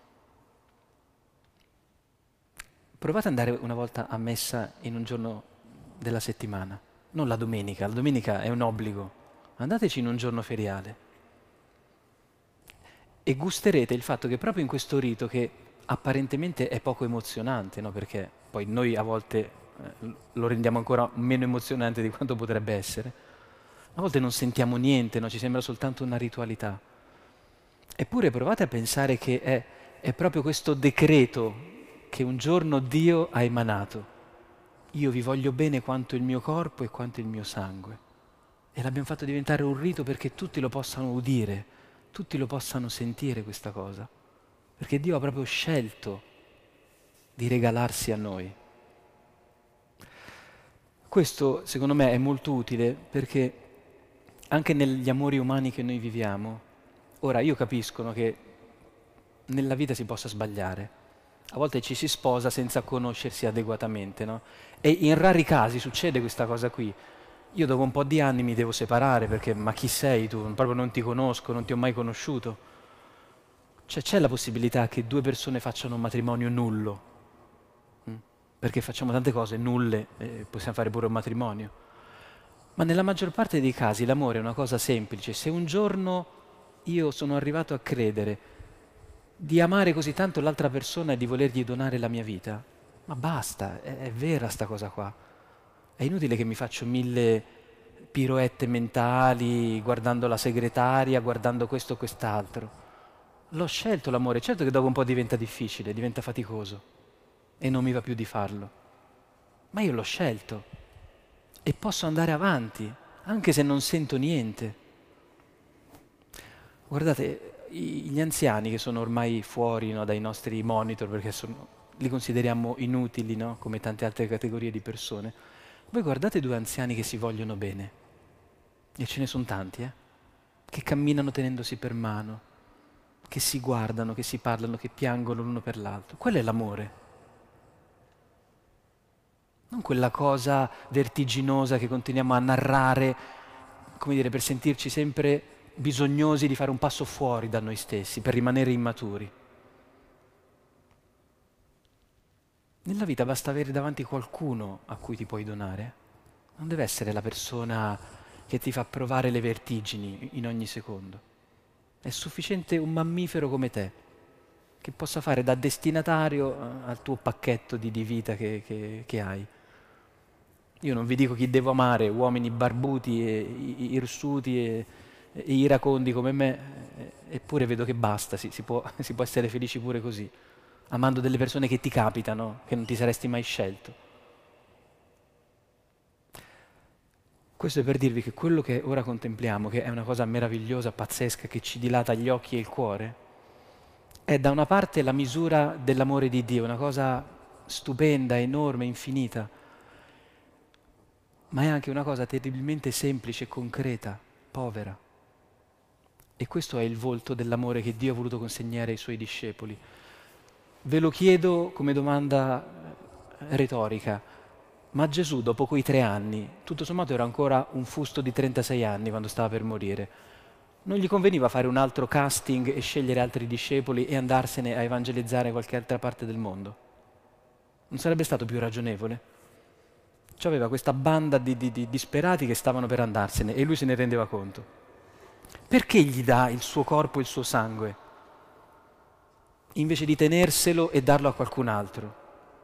Provate ad andare una volta a messa in un giorno della settimana, non la domenica è un obbligo, andateci in un giorno feriale e gusterete il fatto che proprio in questo rito, che apparentemente è poco emozionante, no? Perché poi noi a volte lo rendiamo ancora meno emozionante di quanto potrebbe essere, a volte non sentiamo niente, no? Ci sembra soltanto una ritualità. Eppure provate a pensare che è proprio questo decreto che un giorno Dio ha emanato. Io vi voglio bene quanto il mio corpo e quanto il mio sangue. E l'abbiamo fatto diventare un rito perché tutti lo possano udire, tutti lo possano sentire questa cosa. Perché Dio ha proprio scelto di regalarsi a noi. Questo, secondo me, è molto utile perché anche negli amori umani che noi viviamo, ora io capisco, no, che nella vita si possa sbagliare, A volte ci si sposa senza conoscersi adeguatamente, no? E in rari casi succede questa cosa qui. Io dopo un po' di anni mi devo separare perché, ma chi sei tu? Proprio non ti conosco, non ti ho mai conosciuto. Cioè c'è la possibilità che due persone facciano un matrimonio nullo, mm? Perché facciamo tante cose nulle e possiamo fare pure un matrimonio. Ma nella maggior parte dei casi l'amore è una cosa semplice. Se un giorno io sono arrivato a credere di amare così tanto l'altra persona e di volergli donare la mia vita, ma basta, è vera sta cosa qua. È inutile che mi faccio mille piroette mentali, guardando la segretaria, guardando questo o quest'altro. L'ho scelto l'amore, certo che dopo un po' diventa difficile, diventa faticoso e non mi va più di farlo, ma io l'ho scelto e posso andare avanti, anche se non sento niente. Guardate, gli anziani che sono ormai fuori, no, dai nostri monitor, perché li consideriamo inutili, no, come tante altre categorie di persone, voi guardate due anziani che si vogliono bene, e ce ne sono tanti, che camminano tenendosi per mano, che si guardano, che si parlano, che piangono l'uno per l'altro. Quello è l'amore. Non quella cosa vertiginosa che continuiamo a narrare, come dire, per sentirci sempre bisognosi di fare un passo fuori da noi stessi, per rimanere immaturi. Nella vita basta avere davanti qualcuno a cui ti puoi donare. Non deve essere la persona che ti fa provare le vertigini in ogni secondo. È sufficiente un mammifero come te, che possa fare da destinatario al tuo pacchetto di vita che hai. Io non vi dico chi devo amare, uomini barbuti e irsuti e iracondi come me, eppure vedo che basta, si può, si può essere felici pure così, amando delle persone che ti capitano, che non ti saresti mai scelto. Questo è per dirvi che quello che ora contempliamo, che è una cosa meravigliosa, pazzesca, che ci dilata gli occhi e il cuore, è da una parte la misura dell'amore di Dio, una cosa stupenda, enorme, infinita, ma è anche una cosa terribilmente semplice, concreta, povera. E questo è il volto dell'amore che Dio ha voluto consegnare ai suoi discepoli. Ve lo chiedo come domanda retorica, ma Gesù dopo quei 3 anni, tutto sommato era ancora un fusto di 36 anni quando stava per morire, non gli conveniva fare un altro casting e scegliere altri discepoli e andarsene a evangelizzare qualche altra parte del mondo? Non sarebbe stato più ragionevole? Cioè aveva questa banda di disperati che stavano per andarsene e lui se ne rendeva conto. Perché gli dà il suo corpo e il suo sangue, invece di tenerselo e darlo a qualcun altro?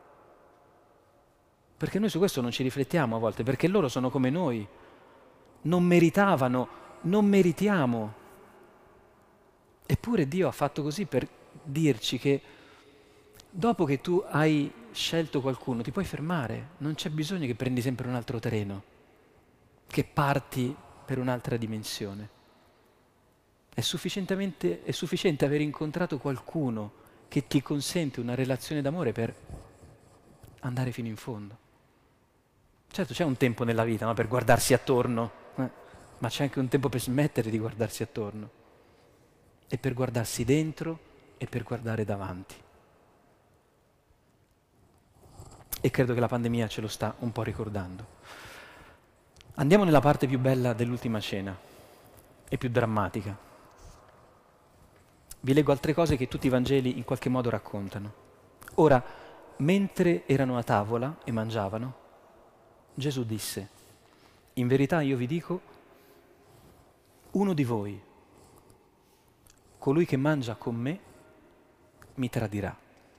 Perché noi su questo non ci riflettiamo a volte, perché loro sono come noi, non meritavano, non meritiamo. Eppure Dio ha fatto così per dirci che dopo che tu hai scelto qualcuno ti puoi fermare, non c'è bisogno che prendi sempre un altro treno, che parti per un'altra dimensione. È sufficiente aver incontrato qualcuno che ti consente una relazione d'amore per andare fino in fondo. Certo c'è un tempo nella vita, no, per guardarsi attorno, ma c'è anche un tempo per smettere di guardarsi attorno e per guardarsi dentro e per guardare davanti. E credo che la pandemia ce lo sta un po' ricordando. Andiamo nella parte più bella dell'ultima cena e più drammatica. Vi leggo altre cose che tutti i Vangeli in qualche modo raccontano. Ora, mentre erano a tavola e mangiavano, Gesù disse: in verità io vi dico, uno di voi, colui che mangia con me, mi tradirà.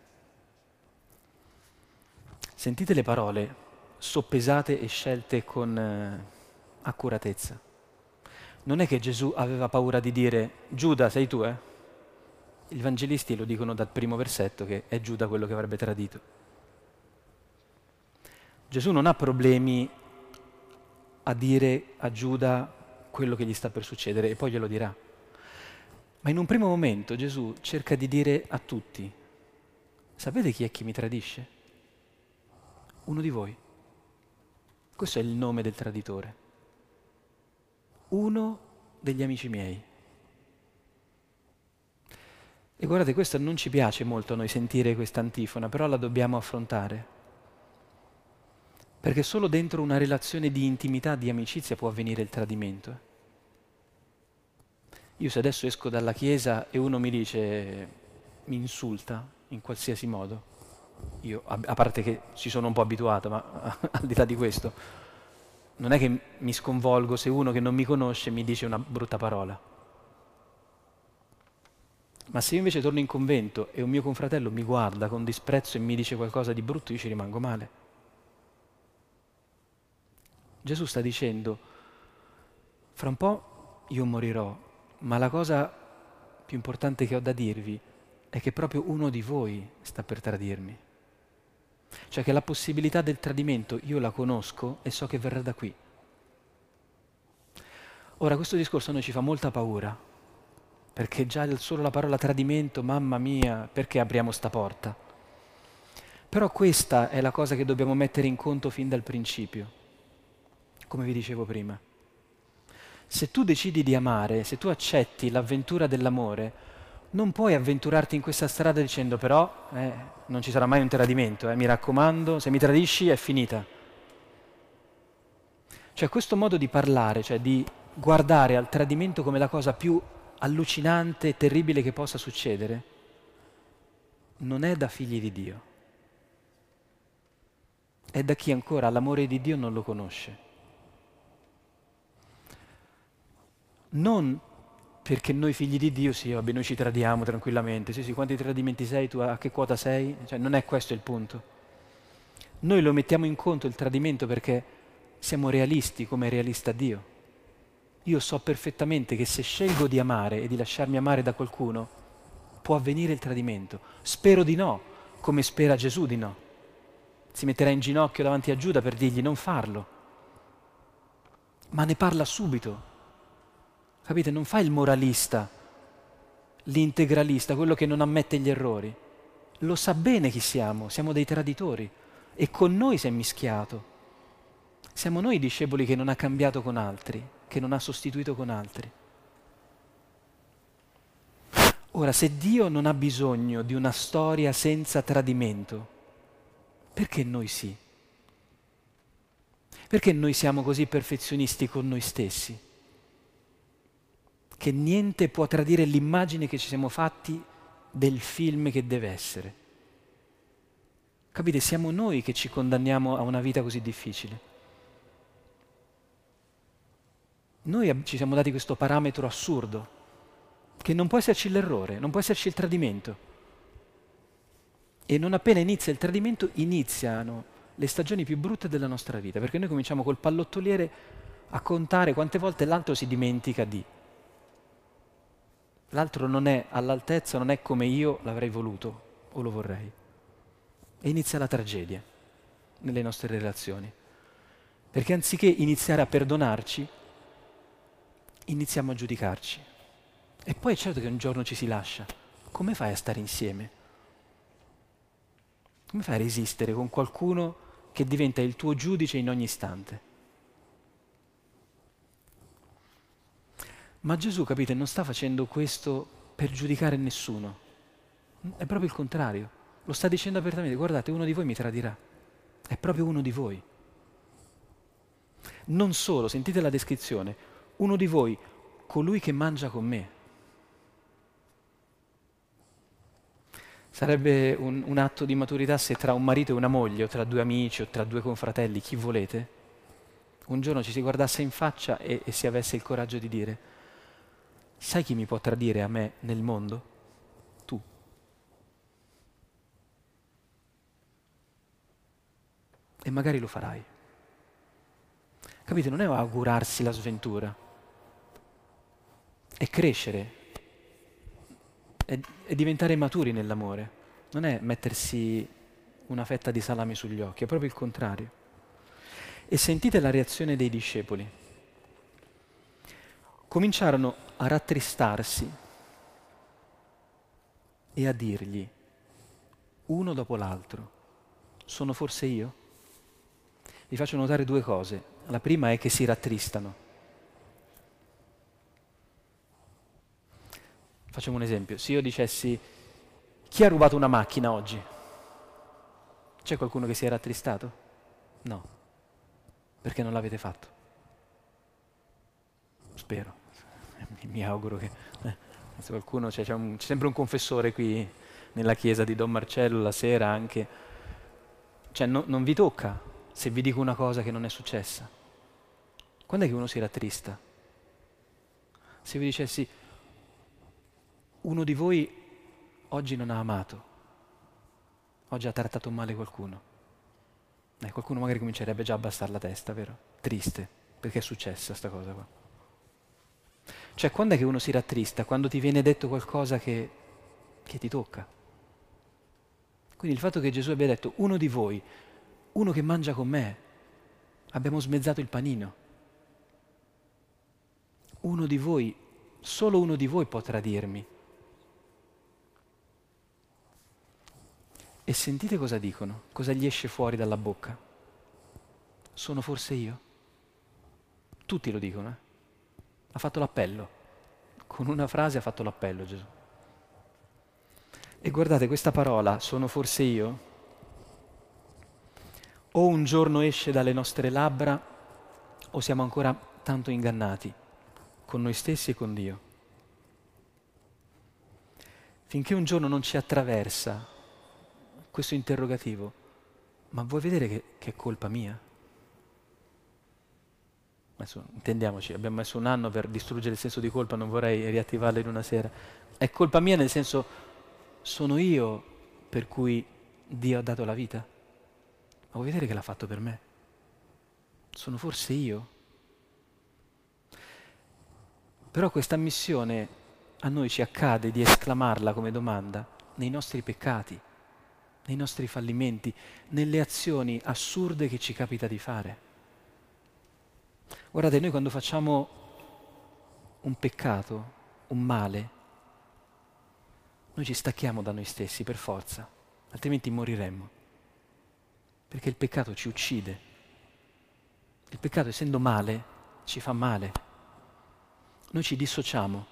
Sentite le parole soppesate e scelte con accuratezza. Non è che Gesù aveva paura di dire: Giuda, sei tu, eh? I Vangelisti lo dicono dal primo versetto che è Giuda quello che avrebbe tradito. Gesù non ha problemi a dire a Giuda quello che gli sta per succedere e poi glielo dirà. Ma in un primo momento Gesù cerca di dire a tutti: sapete chi è che mi tradisce? Uno di voi. Questo è il nome del traditore. Uno degli amici miei. E guardate, questo non ci piace molto a noi sentire questa antifona, però la dobbiamo affrontare. Perché solo dentro una relazione di intimità, di amicizia può avvenire il tradimento. Io se adesso esco dalla chiesa e uno mi dice, mi insulta in qualsiasi modo, io, a parte che ci sono un po' abituato, ma al di là di questo, non è che mi sconvolgo se uno che non mi conosce mi dice una brutta parola. Ma se io invece torno in convento e un mio confratello mi guarda con disprezzo e mi dice qualcosa di brutto, io ci rimango male. Gesù sta dicendo, fra un po' io morirò, ma la cosa più importante che ho da dirvi è che proprio uno di voi sta per tradirmi. Cioè che la possibilità del tradimento io la conosco e so che verrà da qui. Ora, questo discorso a noi ci fa molta paura, perché già solo la parola tradimento, mamma mia, perché apriamo sta porta? Però questa è la cosa che dobbiamo mettere in conto fin dal principio, come vi dicevo prima. Se tu decidi di amare, se tu accetti l'avventura dell'amore, non puoi avventurarti in questa strada dicendo però non ci sarà mai un tradimento, mi raccomando, se mi tradisci è finita. Cioè questo modo di parlare, cioè di guardare al tradimento come la cosa più allucinante e terribile che possa succedere, non è da figli di Dio. È da chi ancora l'amore di Dio non lo conosce. Non perché noi figli di Dio, sì, vabbè, noi ci tradiamo tranquillamente, sì, sì, quanti tradimenti sei, tu a che quota sei? Cioè, non è questo il punto. Noi lo mettiamo in conto il tradimento perché siamo realisti come è realista Dio. Io so perfettamente che se scelgo di amare e di lasciarmi amare da qualcuno, può avvenire il tradimento. Spero di no, come spera Gesù di no. Si metterà in ginocchio davanti a Giuda per dirgli non farlo. Ma ne parla subito. Capite? Non fa il moralista, l'integralista, quello che non ammette gli errori. Lo sa bene chi siamo dei traditori e con noi si è mischiato. Siamo noi i discepoli che non ha cambiato con altri, che non ha sostituito con altri. Ora, se Dio non ha bisogno di una storia senza tradimento, perché noi sì? Perché noi siamo così perfezionisti con noi stessi? Che niente può tradire l'immagine che ci siamo fatti del film che deve essere. Capite? Siamo noi che ci condanniamo a una vita così difficile. Noi ci siamo dati questo parametro assurdo, che non può esserci l'errore, non può esserci il tradimento. E non appena inizia il tradimento iniziano le stagioni più brutte della nostra vita, perché noi cominciamo col pallottoliere a contare quante volte l'altro si dimentica di. L'altro non è all'altezza, non è come io l'avrei voluto o lo vorrei. E inizia la tragedia nelle nostre relazioni. Perché anziché iniziare a perdonarci, iniziamo a giudicarci. E poi è certo che un giorno ci si lascia. Come fai a stare insieme? Come fai a resistere con qualcuno che diventa il tuo giudice in ogni istante? Ma Gesù, capite, non sta facendo questo per giudicare nessuno. È proprio il contrario. Lo sta dicendo apertamente, guardate, uno di voi mi tradirà. È proprio uno di voi. Non solo, sentite la descrizione, uno di voi, colui che mangia con me. Sarebbe un atto di maturità se tra un marito e una moglie, o tra due amici, o tra due confratelli, chi volete, un giorno ci si guardasse in faccia e si avesse il coraggio di dire: sai chi mi può tradire a me nel mondo? Tu. E magari lo farai. Capite? Non è augurarsi la sventura, è crescere, è diventare maturi nell'amore, non è mettersi una fetta di salame sugli occhi, è proprio il contrario. E sentite la reazione dei discepoli. Cominciarono a rattristarsi e a dirgli, uno dopo l'altro, sono forse io? Vi faccio notare due cose. La prima è che si rattristano. Facciamo un esempio. Se io dicessi, chi ha rubato una macchina oggi? C'è qualcuno che si è rattristato? No, perché non l'avete fatto. Spero, mi auguro che... se qualcuno, c'è sempre un confessore qui nella chiesa di Don Marcello la sera anche. Cioè non vi tocca se vi dico una cosa che non è successa. Quando è che uno si rattrista? Se vi dicessi, uno di voi oggi non ha amato, oggi ha trattato male qualcuno. Qualcuno magari comincerebbe già a abbassare la testa, vero? Triste, perché è successa sta cosa qua. Cioè, quando è che uno si rattrista? Quando ti viene detto qualcosa che ti tocca. Quindi il fatto che Gesù abbia detto, uno di voi, uno che mangia con me, abbiamo smezzato il panino. Uno di voi, solo uno di voi può tradirmi. E sentite cosa dicono, cosa gli esce fuori dalla bocca. Sono forse io? Tutti lo dicono, eh? Ha fatto l'appello. Con una frase ha fatto l'appello Gesù. E guardate, questa parola, sono forse io, o un giorno esce dalle nostre labbra, o siamo ancora tanto ingannati, con noi stessi e con Dio. Finché un giorno non ci attraversa questo interrogativo, ma vuoi vedere che è colpa mia? Adesso intendiamoci, abbiamo messo un anno per distruggere il senso di colpa, non vorrei riattivarlo in una sera. È colpa mia nel senso, sono io per cui Dio ha dato la vita? Ma vuoi vedere che l'ha fatto per me? Sono forse io? Però questa missione a noi ci accade di esclamarla come domanda nei nostri peccati, nei nostri fallimenti, nelle azioni assurde che ci capita di fare. Guardate, noi quando facciamo un peccato, un male, noi ci stacchiamo da noi stessi per forza, altrimenti moriremmo. Perché il peccato ci uccide. Il peccato, essendo male, ci fa male. Noi ci dissociamo.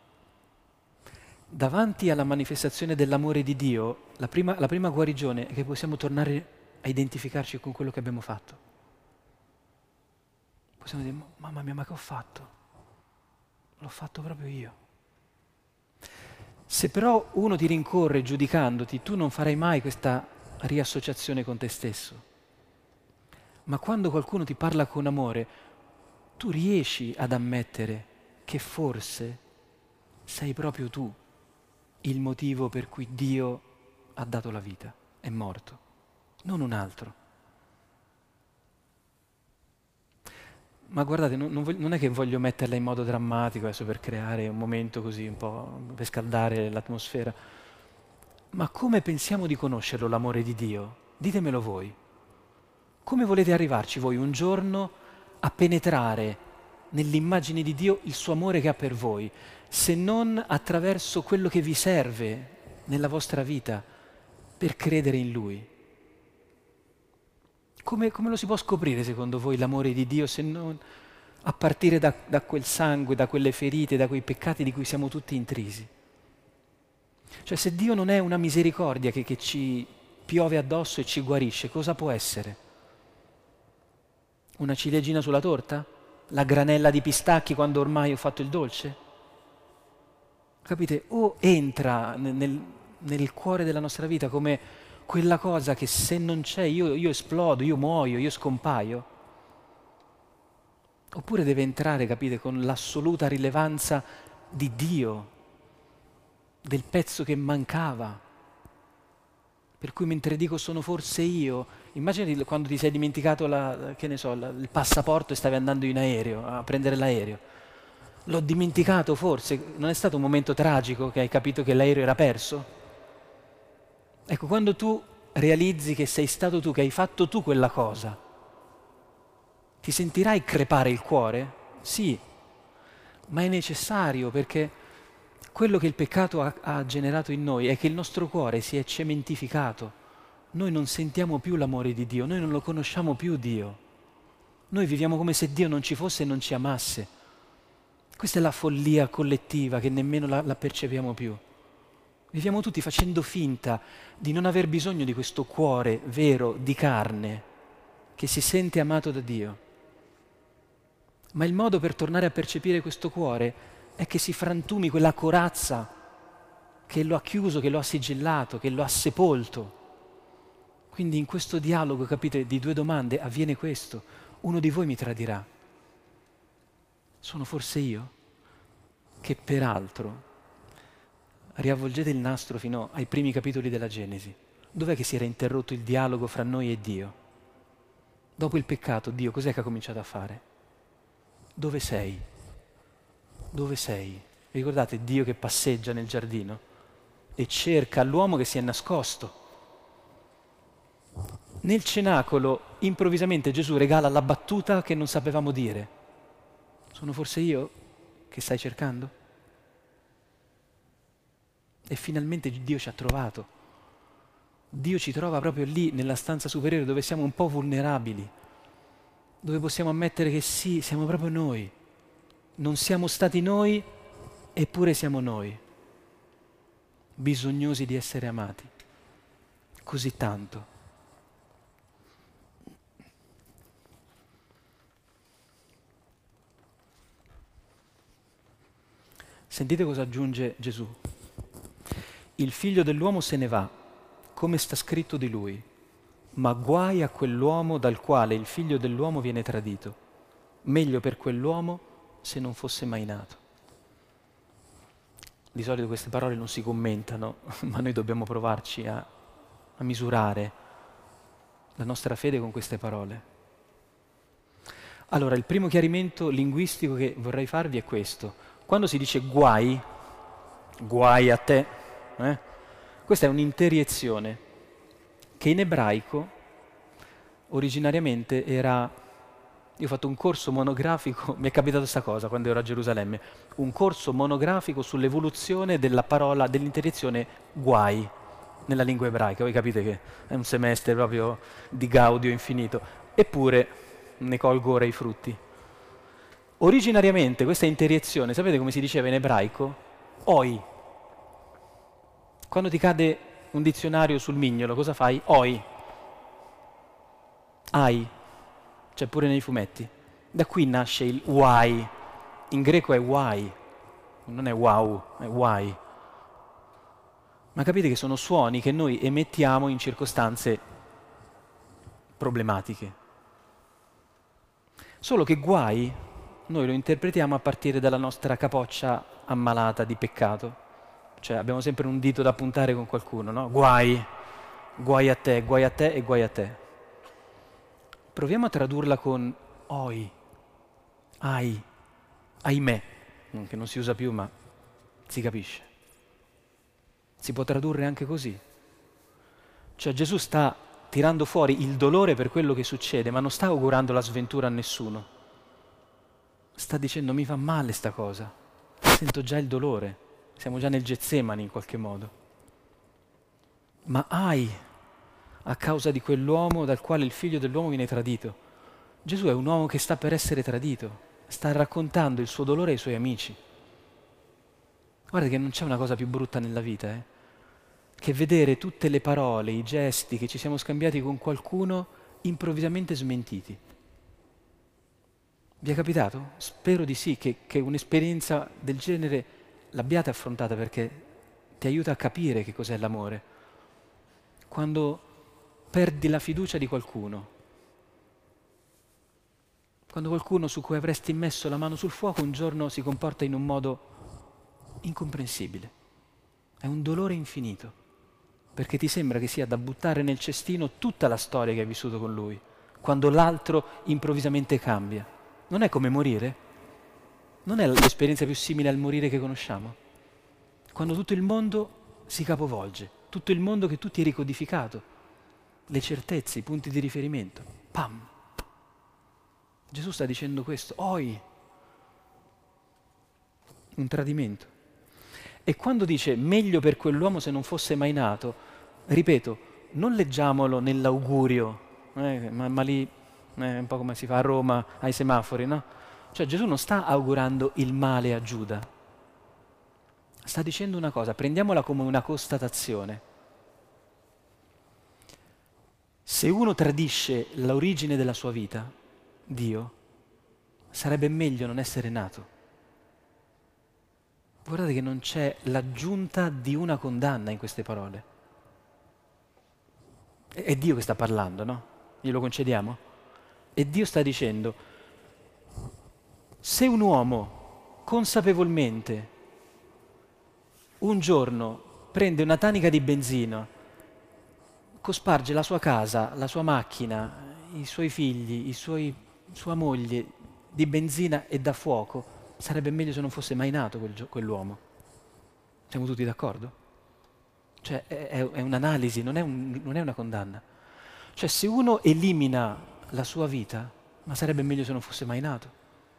Davanti alla manifestazione dell'amore di Dio, la prima guarigione è che possiamo tornare a identificarci con quello che abbiamo fatto. Possiamo dire, mamma mia, ma che ho fatto? L'ho fatto proprio io. Se però uno ti rincorre giudicandoti, tu non farai mai questa riassociazione con te stesso. Ma quando qualcuno ti parla con amore, tu riesci ad ammettere che forse sei proprio tu il motivo per cui Dio ha dato la vita, è morto, non un altro. Ma guardate, non è che voglio metterla in modo drammatico adesso per creare un momento così, un po' per scaldare l'atmosfera, ma come pensiamo di conoscerlo l'amore di Dio? Ditemelo voi. Come volete arrivarci voi un giorno a penetrare nell'immagine di Dio il suo amore che ha per voi, se non attraverso quello che vi serve nella vostra vita per credere in Lui? Come lo si può scoprire secondo voi l'amore di Dio se non a partire da quel sangue, da quelle ferite, da quei peccati di cui siamo tutti intrisi? Cioè se Dio non è una misericordia che ci piove addosso e ci guarisce, cosa può essere? Una ciliegina sulla torta? La granella di pistacchi quando ormai ho fatto il dolce? Capite? O entra nel cuore della nostra vita come quella cosa che se non c'è io esplodo, io muoio, io scompaio. Oppure deve entrare, capite, con l'assoluta rilevanza di Dio, del pezzo che mancava. Per cui mentre dico sono forse io, immagini quando ti sei dimenticato il passaporto e stavi andando in aereo, a prendere l'aereo. L'ho dimenticato forse, non è stato un momento tragico che hai capito che l'aereo era perso? Ecco, quando tu realizzi che sei stato tu, che hai fatto tu quella cosa, ti sentirai crepare il cuore? Sì, ma è necessario perché quello che il peccato ha generato in noi è che il nostro cuore si è cementificato. Noi non sentiamo più l'amore di Dio, noi non lo conosciamo più Dio. Noi viviamo come se Dio non ci fosse e non ci amasse. Questa è la follia collettiva che nemmeno la percepiamo più. Viviamo tutti facendo finta di non aver bisogno di questo cuore vero, di carne, che si sente amato da Dio. Ma il modo per tornare a percepire questo cuore è che si frantumi quella corazza che lo ha chiuso, che lo ha sigillato, che lo ha sepolto. Quindi in questo dialogo, capite, di due domande avviene questo. Uno di voi mi tradirà. Sono forse io? Che peraltro, riavvolgete il nastro fino ai primi capitoli della Genesi. Dov'è che si era interrotto il dialogo fra noi e Dio? Dopo il peccato, Dio cos'è che ha cominciato a fare? Dove sei? Dove sei? Vi ricordate Dio che passeggia nel giardino e cerca l'uomo che si è nascosto? Nel cenacolo, improvvisamente Gesù regala la battuta che non sapevamo dire. Sono forse io che stai cercando? E finalmente Dio ci ha trovato. Dio ci trova proprio lì, nella stanza superiore, dove siamo un po' vulnerabili, dove possiamo ammettere che sì, siamo proprio noi. Non siamo stati noi, eppure siamo noi, bisognosi di essere amati, così tanto. Sentite cosa aggiunge Gesù. Il figlio dell'uomo se ne va, come sta scritto di lui, ma guai a quell'uomo dal quale il figlio dell'uomo viene tradito. Meglio per quell'uomo se non fosse mai nato. Di solito queste parole non si commentano, ma noi dobbiamo provarci a misurare la nostra fede con queste parole. Allora, il primo chiarimento linguistico che vorrei farvi è questo. Quando si dice guai a te, questa è un'interiezione che in ebraico originariamente era... Io ho fatto un corso monografico, mi è capitato questa cosa quando ero a Gerusalemme, un corso monografico sull'evoluzione della parola, dell'interiezione guai nella lingua ebraica. Voi capite che è un semestre proprio di gaudio infinito, eppure ne colgo ora i frutti. Originariamente questa interiezione, sapete come si diceva in ebraico? Oi. Quando ti cade un dizionario sul mignolo, cosa fai? Oi. Ai. C'è pure nei fumetti. Da qui nasce il why. In greco è why. Non è wow, è why. Ma capite che sono suoni che noi emettiamo in circostanze problematiche. Solo che guai noi lo interpretiamo a partire dalla nostra capoccia ammalata di peccato. Cioè abbiamo sempre un dito da puntare con qualcuno, no? Guai, guai a te e guai a te. Proviamo a tradurla con oi, ai, ahimè, che non si usa più ma si capisce. Si può tradurre anche così. Cioè Gesù sta tirando fuori il dolore per quello che succede, ma non sta augurando la sventura a nessuno. Sta dicendo mi fa male sta cosa, sento già il dolore, siamo già nel Getsemani in qualche modo. Ma a causa di quell'uomo dal quale il figlio dell'uomo viene tradito. Gesù è un uomo che sta per essere tradito, sta raccontando il suo dolore ai suoi amici. Guarda che non c'è una cosa più brutta nella vita, che vedere tutte le parole, i gesti che ci siamo scambiati con qualcuno improvvisamente smentiti. Vi è capitato? Spero di sì, che un'esperienza del genere l'abbiate affrontata perché ti aiuta a capire che cos'è l'amore. Quando perdi la fiducia di qualcuno, quando qualcuno su cui avresti messo la mano sul fuoco un giorno si comporta in un modo incomprensibile. È un dolore infinito, perché ti sembra che sia da buttare nel cestino tutta la storia che hai vissuto con lui, quando l'altro improvvisamente cambia. Non è come morire? Non è l'esperienza più simile al morire che conosciamo? Quando tutto il mondo si capovolge, tutto il mondo che tu ti eri codificato, le certezze, i punti di riferimento, pam! Gesù sta dicendo questo, oi, un tradimento. E quando dice meglio per quell'uomo se non fosse mai nato, ripeto, non leggiamolo nell'augurio, ma lì è un po' come si fa a Roma ai semafori, no? Cioè Gesù non sta augurando il male a Giuda, sta dicendo una cosa, prendiamola come una constatazione. Se uno tradisce l'origine della sua vita, Dio, sarebbe meglio non essere nato. Guardate che non c'è l'aggiunta di una condanna in queste parole. È Dio che sta parlando, no? Glielo concediamo? E Dio sta dicendo, se un uomo consapevolmente un giorno prende una tanica di benzina, cosparge la sua casa, la sua macchina, i suoi figli, sua moglie di benzina e da fuoco, sarebbe meglio se non fosse mai nato quell'uomo. Siamo tutti d'accordo? Cioè è un'analisi, non è una condanna. Cioè se uno elimina la sua vita, ma sarebbe meglio se non fosse mai nato.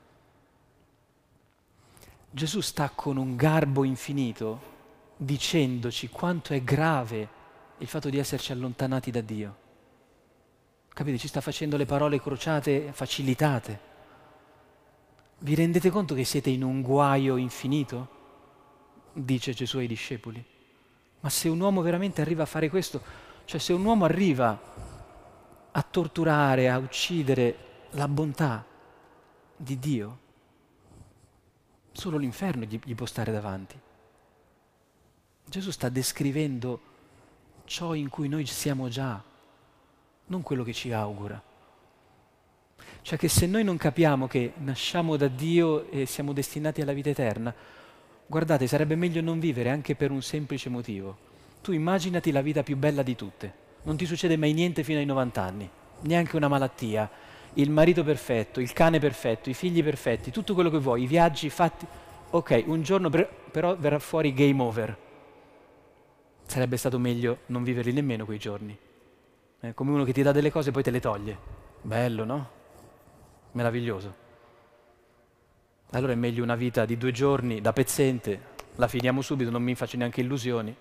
Gesù sta con un garbo infinito dicendoci quanto è grave il fatto di esserci allontanati da Dio. Capite? Ci sta facendo le parole crociate facilitate. Vi rendete conto che siete in un guaio infinito? Dice Gesù ai discepoli. Ma se un uomo veramente arriva a fare questo, cioè se un uomo arriva a torturare, a uccidere la bontà di Dio, solo l'inferno gli può stare davanti. Gesù sta descrivendo ciò in cui noi siamo già, non quello che ci augura. Cioè che se noi non capiamo che nasciamo da Dio e siamo destinati alla vita eterna, guardate, sarebbe meglio non vivere anche per un semplice motivo. Tu immaginati la vita più bella di tutte. Non ti succede mai niente fino ai 90 anni, neanche una malattia, il marito perfetto, il cane perfetto, i figli perfetti, tutto quello che vuoi, i viaggi fatti. Ok, un giorno però verrà fuori game over. Sarebbe stato meglio non viverli nemmeno quei giorni. Come uno che ti dà delle cose e poi te le toglie. Bello, no? Meraviglioso. Allora è meglio una vita di 2 giorni da pezzente, la finiamo subito, non mi faccio neanche illusioni.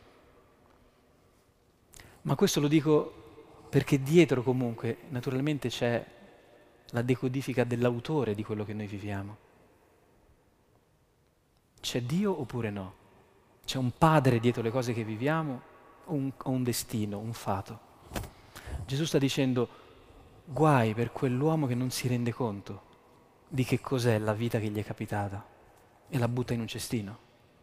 Ma questo lo dico perché dietro comunque naturalmente c'è la decodifica dell'autore di quello che noi viviamo. C'è Dio oppure no? C'è un padre dietro le cose che viviamo o un destino, un fato? Gesù sta dicendo guai per quell'uomo che non si rende conto di che cos'è la vita che gli è capitata e la butta in un cestino.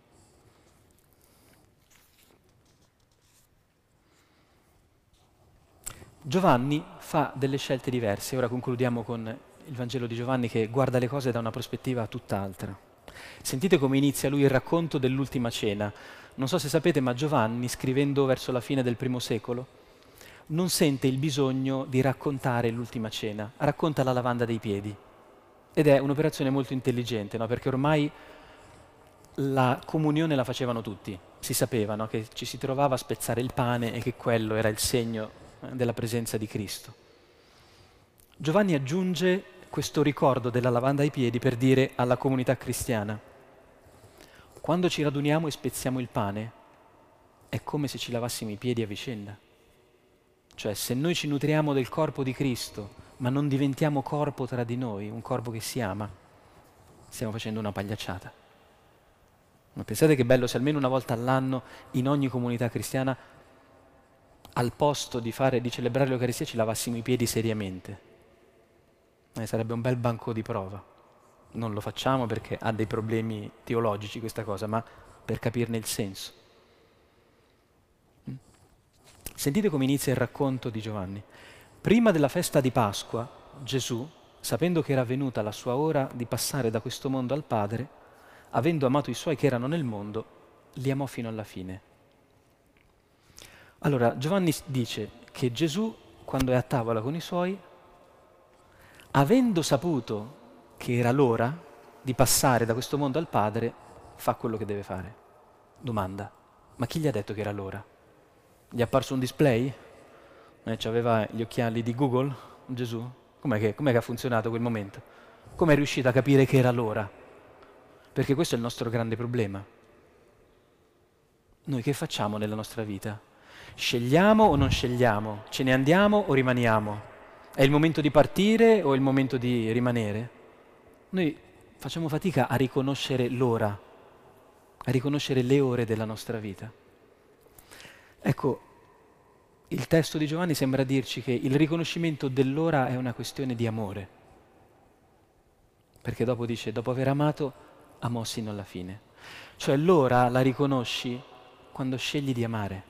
Giovanni fa delle scelte diverse. Ora concludiamo con il Vangelo di Giovanni che guarda le cose da una prospettiva tutt'altra. Sentite come inizia lui il racconto dell'ultima cena. Non so se sapete, ma Giovanni, scrivendo verso la fine del primo secolo, non sente il bisogno di raccontare l'ultima cena, racconta la lavanda dei piedi. Ed è un'operazione molto intelligente, no? Perché ormai la comunione la facevano tutti, si sapeva, no? Che ci si trovava a spezzare il pane e che quello era il segno della presenza di Cristo. Giovanni aggiunge questo ricordo della lavanda ai piedi per dire alla comunità cristiana: quando ci raduniamo e spezziamo il pane, è come se ci lavassimo i piedi a vicenda. Cioè, se noi ci nutriamo del corpo di Cristo, ma non diventiamo corpo tra di noi, un corpo che si ama, stiamo facendo una pagliacciata. Ma pensate che bello se almeno una volta all'anno in ogni comunità cristiana, al posto di celebrare l'Eucaristia, ci lavassimo i piedi seriamente. Sarebbe un bel banco di prova. Non lo facciamo perché ha dei problemi teologici questa cosa, ma per capirne il senso. Sentite come inizia il racconto di Giovanni. Prima della festa di Pasqua, Gesù, sapendo che era venuta la sua ora di passare da questo mondo al Padre, avendo amato i suoi che erano nel mondo, li amò fino alla fine. Allora, Giovanni dice che Gesù, quando è a tavola con i suoi, avendo saputo che era l'ora di passare da questo mondo al Padre, fa quello che deve fare. Domanda: ma chi gli ha detto che era l'ora? Gli è apparso un display? C'aveva gli occhiali di Google, Gesù? Com'è che ha funzionato quel momento? Come è riuscito a capire che era l'ora? Perché questo è il nostro grande problema. Noi che facciamo nella nostra vita? Scegliamo o non scegliamo? Ce ne andiamo o rimaniamo? È il momento di partire o è il momento di rimanere? Noi facciamo fatica a riconoscere l'ora, a riconoscere le ore della nostra vita. Ecco, il testo di Giovanni sembra dirci che il riconoscimento dell'ora è una questione di amore, perché dopo dice, dopo aver amato, amò sino alla fine. Cioè l'ora la riconosci quando scegli di amare.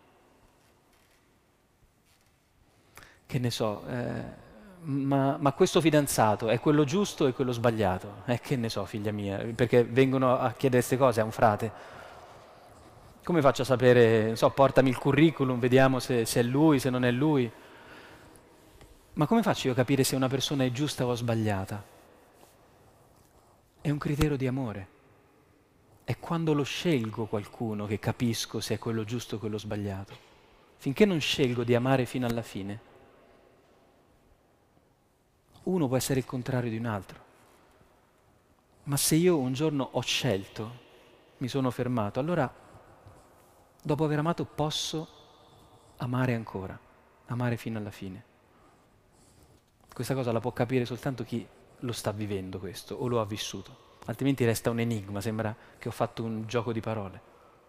Che ne so, ma questo fidanzato è quello giusto o è quello sbagliato? Che ne so, figlia mia, perché vengono a chiedere queste cose a un frate. Come faccio a sapere, non so, portami il curriculum, vediamo se è lui, se non è lui. Ma come faccio io a capire se una persona è giusta o sbagliata? È un criterio di amore. È quando lo scelgo qualcuno che capisco se è quello giusto o quello sbagliato. Finché non scelgo di amare fino alla fine, uno può essere il contrario di un altro. Ma se io un giorno ho scelto, mi sono fermato, allora dopo aver amato posso amare ancora, amare fino alla fine. Questa cosa la può capire soltanto chi lo sta vivendo questo o lo ha vissuto, altrimenti resta un enigma, sembra che ho fatto un gioco di parole.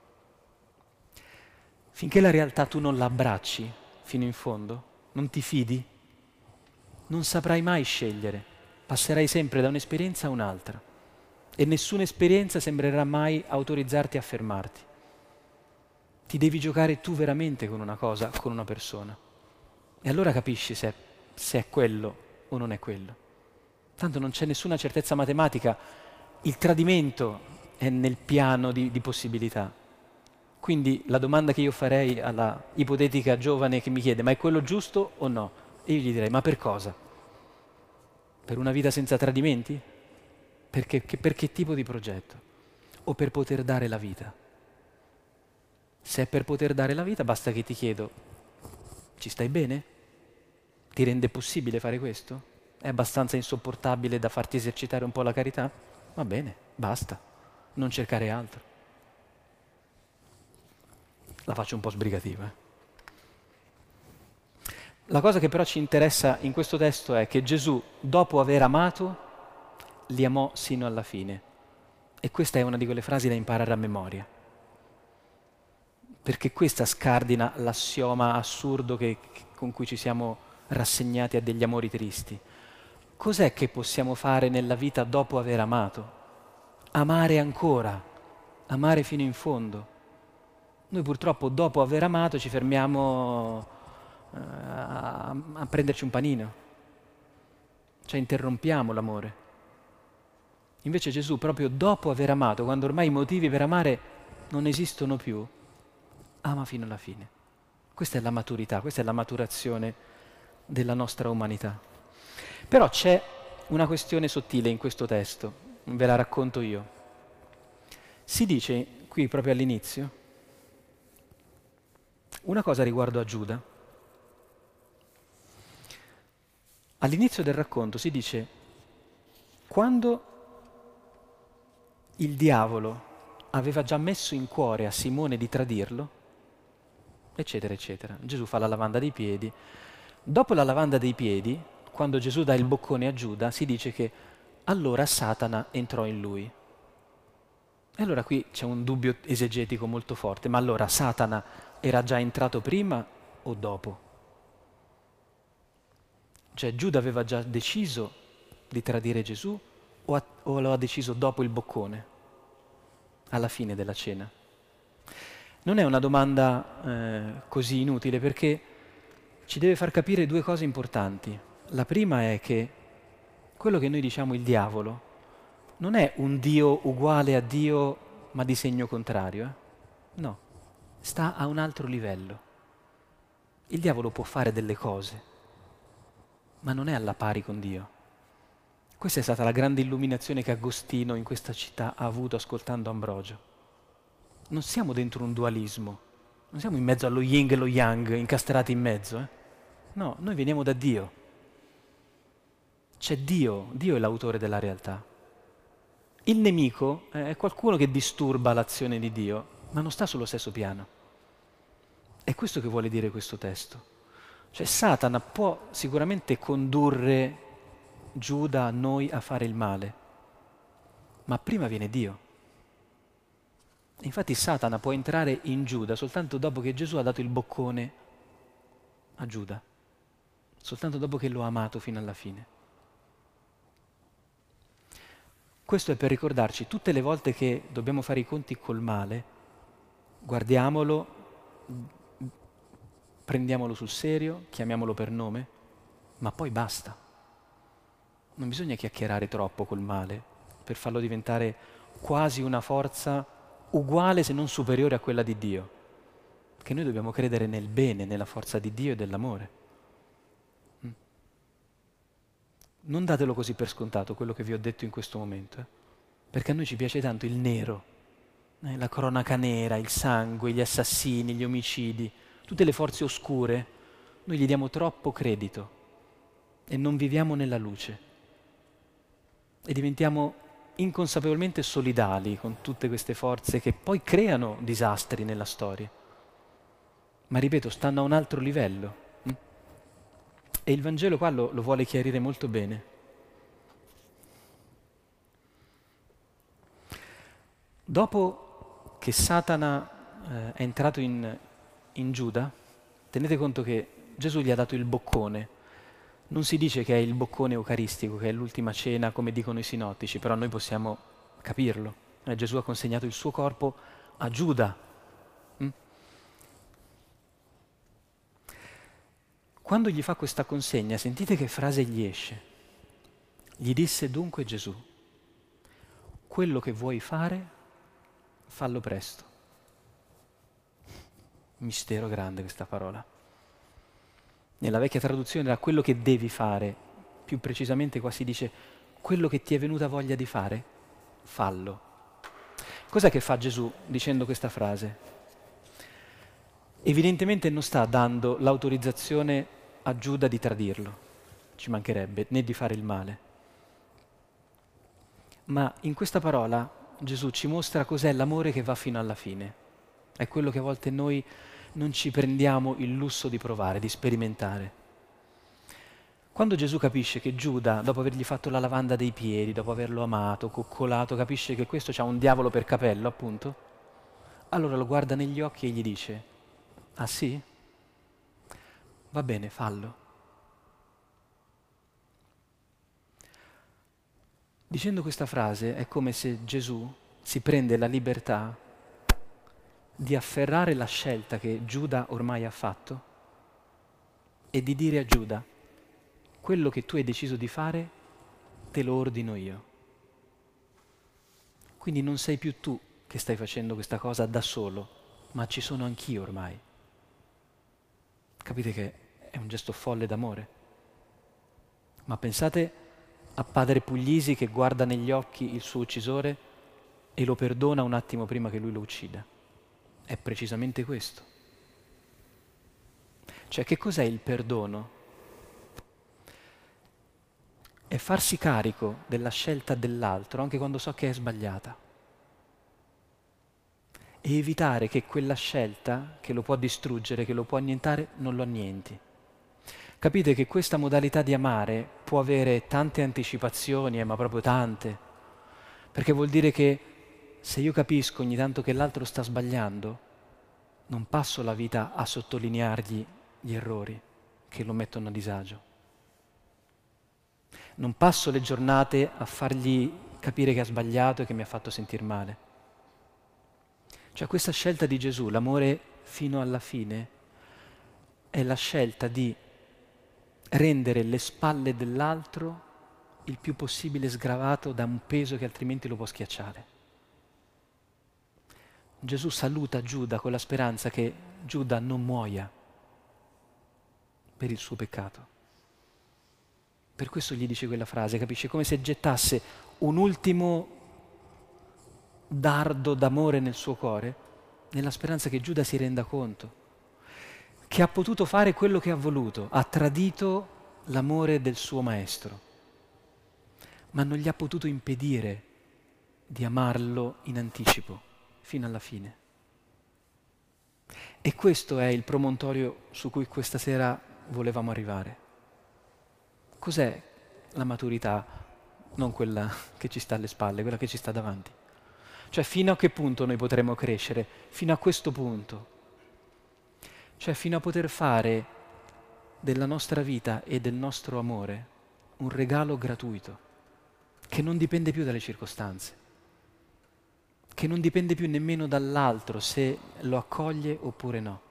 Finché la realtà tu non la abbracci fino in fondo, non ti fidi, non saprai mai scegliere, passerai sempre da un'esperienza a un'altra e nessuna esperienza sembrerà mai autorizzarti a fermarti. Ti devi giocare tu veramente con una cosa, con una persona. E allora capisci se è quello o non è quello. Tanto non c'è nessuna certezza matematica, il tradimento è nel piano di possibilità. Quindi la domanda che io farei alla ipotetica giovane che mi chiede, ma è quello giusto o no? E io gli direi, ma per cosa? Per una vita senza tradimenti? Per che tipo di progetto? O per poter dare la vita? Se è per poter dare la vita, basta che ti chiedo, ci stai bene? Ti rende possibile fare questo? È abbastanza insopportabile da farti esercitare un po' la carità? Va bene, basta, non cercare altro. La faccio un po' sbrigativa. La cosa che però ci interessa in questo testo è che Gesù, dopo aver amato, li amò sino alla fine. E questa è una di quelle frasi da imparare a memoria. Perché questa scardina l'assioma assurdo con cui ci siamo rassegnati a degli amori tristi. Cos'è che possiamo fare nella vita dopo aver amato? Amare ancora, amare fino in fondo. Noi purtroppo dopo aver amato ci fermiamo a prenderci un panino, cioè interrompiamo l'amore. Invece Gesù, proprio dopo aver amato, quando ormai i motivi per amare non esistono più, ama fino alla fine. Questa è la maturità, questa è la maturazione della nostra umanità. Però c'è una questione sottile in questo testo, ve la racconto io. Si dice qui proprio all'inizio una cosa riguardo a Giuda. All'inizio del racconto si dice, quando il diavolo aveva già messo in cuore a Simone di tradirlo, eccetera, eccetera. Gesù fa la lavanda dei piedi. Dopo la lavanda dei piedi, quando Gesù dà il boccone a Giuda, si dice che allora Satana entrò in lui. E allora qui c'è un dubbio esegetico molto forte, ma allora Satana era già entrato prima o dopo? Cioè Giuda aveva già deciso di tradire Gesù o lo ha deciso dopo il boccone, alla fine della cena? Non è una domanda così inutile perché ci deve far capire due cose importanti. La prima è che quello che noi diciamo il diavolo non è un Dio uguale a Dio ma di segno contrario. No, sta a un altro livello. Il diavolo può fare delle cose, ma non è alla pari con Dio. Questa è stata la grande illuminazione che Agostino in questa città ha avuto ascoltando Ambrogio. Non siamo dentro un dualismo, non siamo in mezzo allo yin e lo yang, incastrati in mezzo. No, noi veniamo da Dio. C'è Dio, Dio è l'autore della realtà. Il nemico è qualcuno che disturba l'azione di Dio, ma non sta sullo stesso piano. È questo che vuole dire questo testo. Cioè Satana può sicuramente condurre Giuda a noi a fare il male, ma prima viene Dio. Infatti Satana può entrare in Giuda soltanto dopo che Gesù ha dato il boccone a Giuda, soltanto dopo che lo ha amato fino alla fine. Questo è per ricordarci tutte le volte che dobbiamo fare i conti col male, guardiamolo, prendiamolo sul serio, chiamiamolo per nome, ma poi basta. Non bisogna chiacchierare troppo col male per farlo diventare quasi una forza uguale se non superiore a quella di Dio. Che noi dobbiamo credere nel bene, nella forza di Dio e dell'amore. Non datelo così per scontato quello che vi ho detto in questo momento, perché a noi ci piace tanto il nero, la cronaca nera, il sangue, gli assassini, gli omicidi, tutte le forze oscure. Noi gli diamo troppo credito e non viviamo nella luce e diventiamo inconsapevolmente solidali con tutte queste forze che poi creano disastri nella storia. Ma ripeto, stanno a un altro livello. E il Vangelo qua lo vuole chiarire molto bene. Dopo che Satana è entrato in Giuda, tenete conto che Gesù gli ha dato il boccone. Non si dice che è il boccone eucaristico, che è l'ultima cena, come dicono i sinottici, però noi possiamo capirlo. Gesù ha consegnato il suo corpo a Giuda. Quando gli fa questa consegna, sentite che frase gli esce. Gli disse dunque Gesù: quello che vuoi fare, fallo presto. Mistero grande questa parola. Nella vecchia traduzione era quello che devi fare, più precisamente qua si dice quello che ti è venuta voglia di fare, fallo. Cos'è che fa Gesù dicendo questa frase? Evidentemente non sta dando l'autorizzazione a Giuda di tradirlo, ci mancherebbe, né di fare il male. Ma in questa parola Gesù ci mostra cos'è l'amore che va fino alla fine. È quello che a volte noi non ci prendiamo il lusso di provare, di sperimentare. Quando Gesù capisce che Giuda, dopo avergli fatto la lavanda dei piedi, dopo averlo amato, coccolato, capisce che questo c'ha un diavolo per capello, appunto, allora lo guarda negli occhi e gli dice: ah sì? Va bene, fallo. Dicendo questa frase è come se Gesù si prende la libertà di afferrare la scelta che Giuda ormai ha fatto e di dire a Giuda: quello che tu hai deciso di fare te lo ordino io. Quindi non sei più tu che stai facendo questa cosa da solo, ma ci sono anch'io ormai. Capite che è un gesto folle d'amore? Ma pensate a padre Puglisi che guarda negli occhi il suo uccisore e lo perdona un attimo prima che lui lo uccida. È precisamente questo. Cioè, che cos'è il perdono? È farsi carico della scelta dell'altro anche quando so che è sbagliata e evitare che quella scelta che lo può distruggere, che lo può annientare, non lo annienti. Capite che questa modalità di amare può avere tante anticipazioni, ma proprio tante, perché vuol dire che se io capisco ogni tanto che l'altro sta sbagliando, non passo la vita a sottolineargli gli errori che lo mettono a disagio. Non passo le giornate a fargli capire che ha sbagliato e che mi ha fatto sentire male. Cioè questa scelta di Gesù, l'amore fino alla fine, è la scelta di rendere le spalle dell'altro il più possibile sgravato da un peso che altrimenti lo può schiacciare. Gesù saluta Giuda con la speranza che Giuda non muoia per il suo peccato. Per questo gli dice quella frase, capisce? Come se gettasse un ultimo dardo d'amore nel suo cuore, nella speranza che Giuda si renda conto che ha potuto fare quello che ha voluto, ha tradito l'amore del suo maestro, ma non gli ha potuto impedire di amarlo in anticipo, fino alla fine. E questo è il promontorio su cui questa sera volevamo arrivare. Cos'è la maturità? non quella che ci sta alle spalle, quella che ci sta davanti. Cioè fino a che punto noi potremo crescere? Fino a questo punto. Cioè fino a poter fare della nostra vita e del nostro amore un regalo gratuito, che non dipende più dalle circostanze, che non dipende più nemmeno dall'altro se lo accoglie oppure no.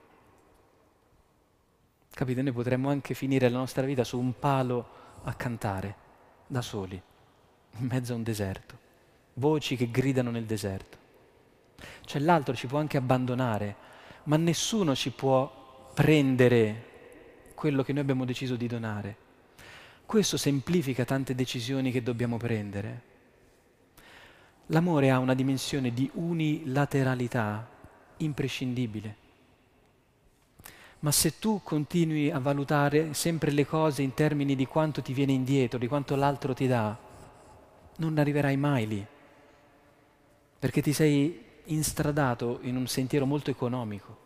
Capite? Noi potremmo anche finire la nostra vita su un palo a cantare, da soli, in mezzo a un deserto, voci che gridano nel deserto. Cioè l'altro ci può anche abbandonare, ma nessuno ci può prendere quello che noi abbiamo deciso di donare. Questo semplifica tante decisioni che dobbiamo prendere. L'amore ha una dimensione di unilateralità imprescindibile. Ma se tu continui a valutare sempre le cose in termini di quanto ti viene indietro, di quanto l'altro ti dà, non arriverai mai lì, perché ti sei instradato in un sentiero molto economico.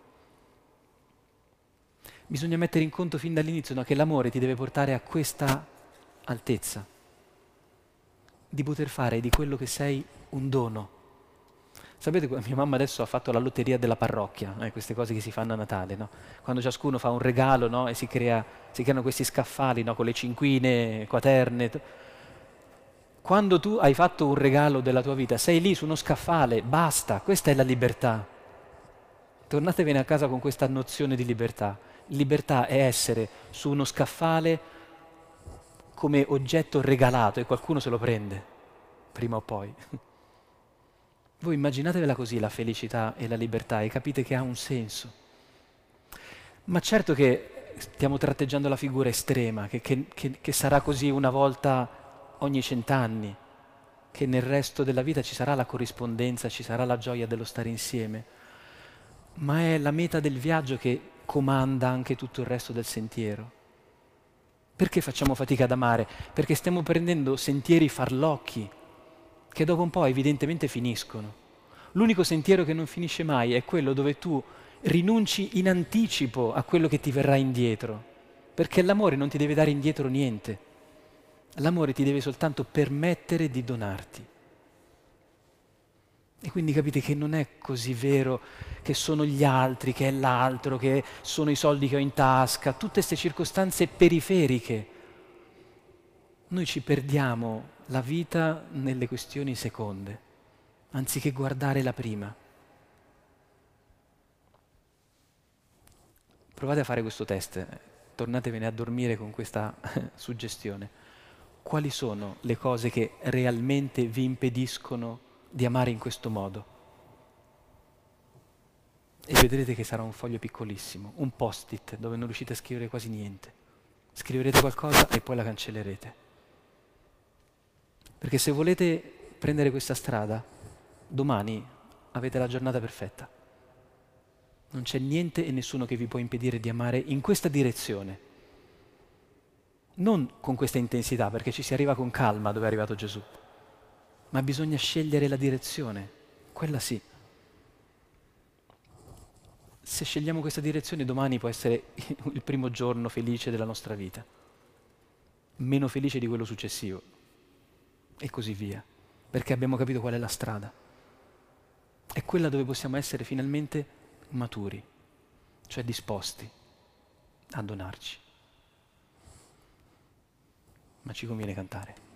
Bisogna mettere in conto fin dall'inizio, no, che l'amore ti deve portare a questa altezza, di poter fare di quello che sei un dono. Sapete, mia mamma adesso ha fatto la lotteria della parrocchia, queste cose che si fanno a Natale, no? Quando ciascuno fa un regalo, no? E si creano questi scaffali, no? Con le cinquine, quaterne. Quando tu hai fatto un regalo della tua vita, sei lì su uno scaffale, basta, questa è la libertà. Tornatevene a casa con questa nozione di libertà. Libertà è essere su uno scaffale come oggetto regalato e qualcuno se lo prende, prima o poi. Voi immaginatevela così la felicità e la libertà e capite che ha un senso. Ma certo che stiamo tratteggiando la figura estrema, che sarà così una volta ogni 100 anni, che nel resto della vita ci sarà la corrispondenza, ci sarà la gioia dello stare insieme, ma è la meta del viaggio che comanda anche tutto il resto del sentiero. Perché facciamo fatica ad amare? Perché stiamo prendendo sentieri farlocchi, che dopo un po' evidentemente finiscono. L'unico sentiero che non finisce mai è quello dove tu rinunci in anticipo a quello che ti verrà indietro, perché l'amore non ti deve dare indietro niente, l'amore ti deve soltanto permettere di donarti. E quindi capite che non è così vero che sono gli altri, che è l'altro, che sono i soldi che ho in tasca, tutte queste circostanze periferiche. Noi ci perdiamo la vita nelle questioni seconde, anziché guardare la prima. Provate a fare questo test, tornatevene a dormire con questa suggestione. Quali sono le cose che realmente vi impediscono di amare in questo modo? E vedrete che sarà un foglio piccolissimo, un post-it dove non riuscite a scrivere quasi niente. Scriverete qualcosa e poi la cancellerete. Perché se volete prendere questa strada, domani avete la giornata perfetta. Non c'è niente e nessuno che vi può impedire di amare in questa direzione. Non con questa intensità, perché ci si arriva con calma dove è arrivato Gesù, ma bisogna scegliere la direzione, quella sì. Se scegliamo questa direzione, domani può essere il primo giorno felice della nostra vita, meno felice di quello successivo, e così via, perché abbiamo capito qual è la strada. È quella dove possiamo essere finalmente maturi, cioè disposti a donarci. Ma ci conviene cantare.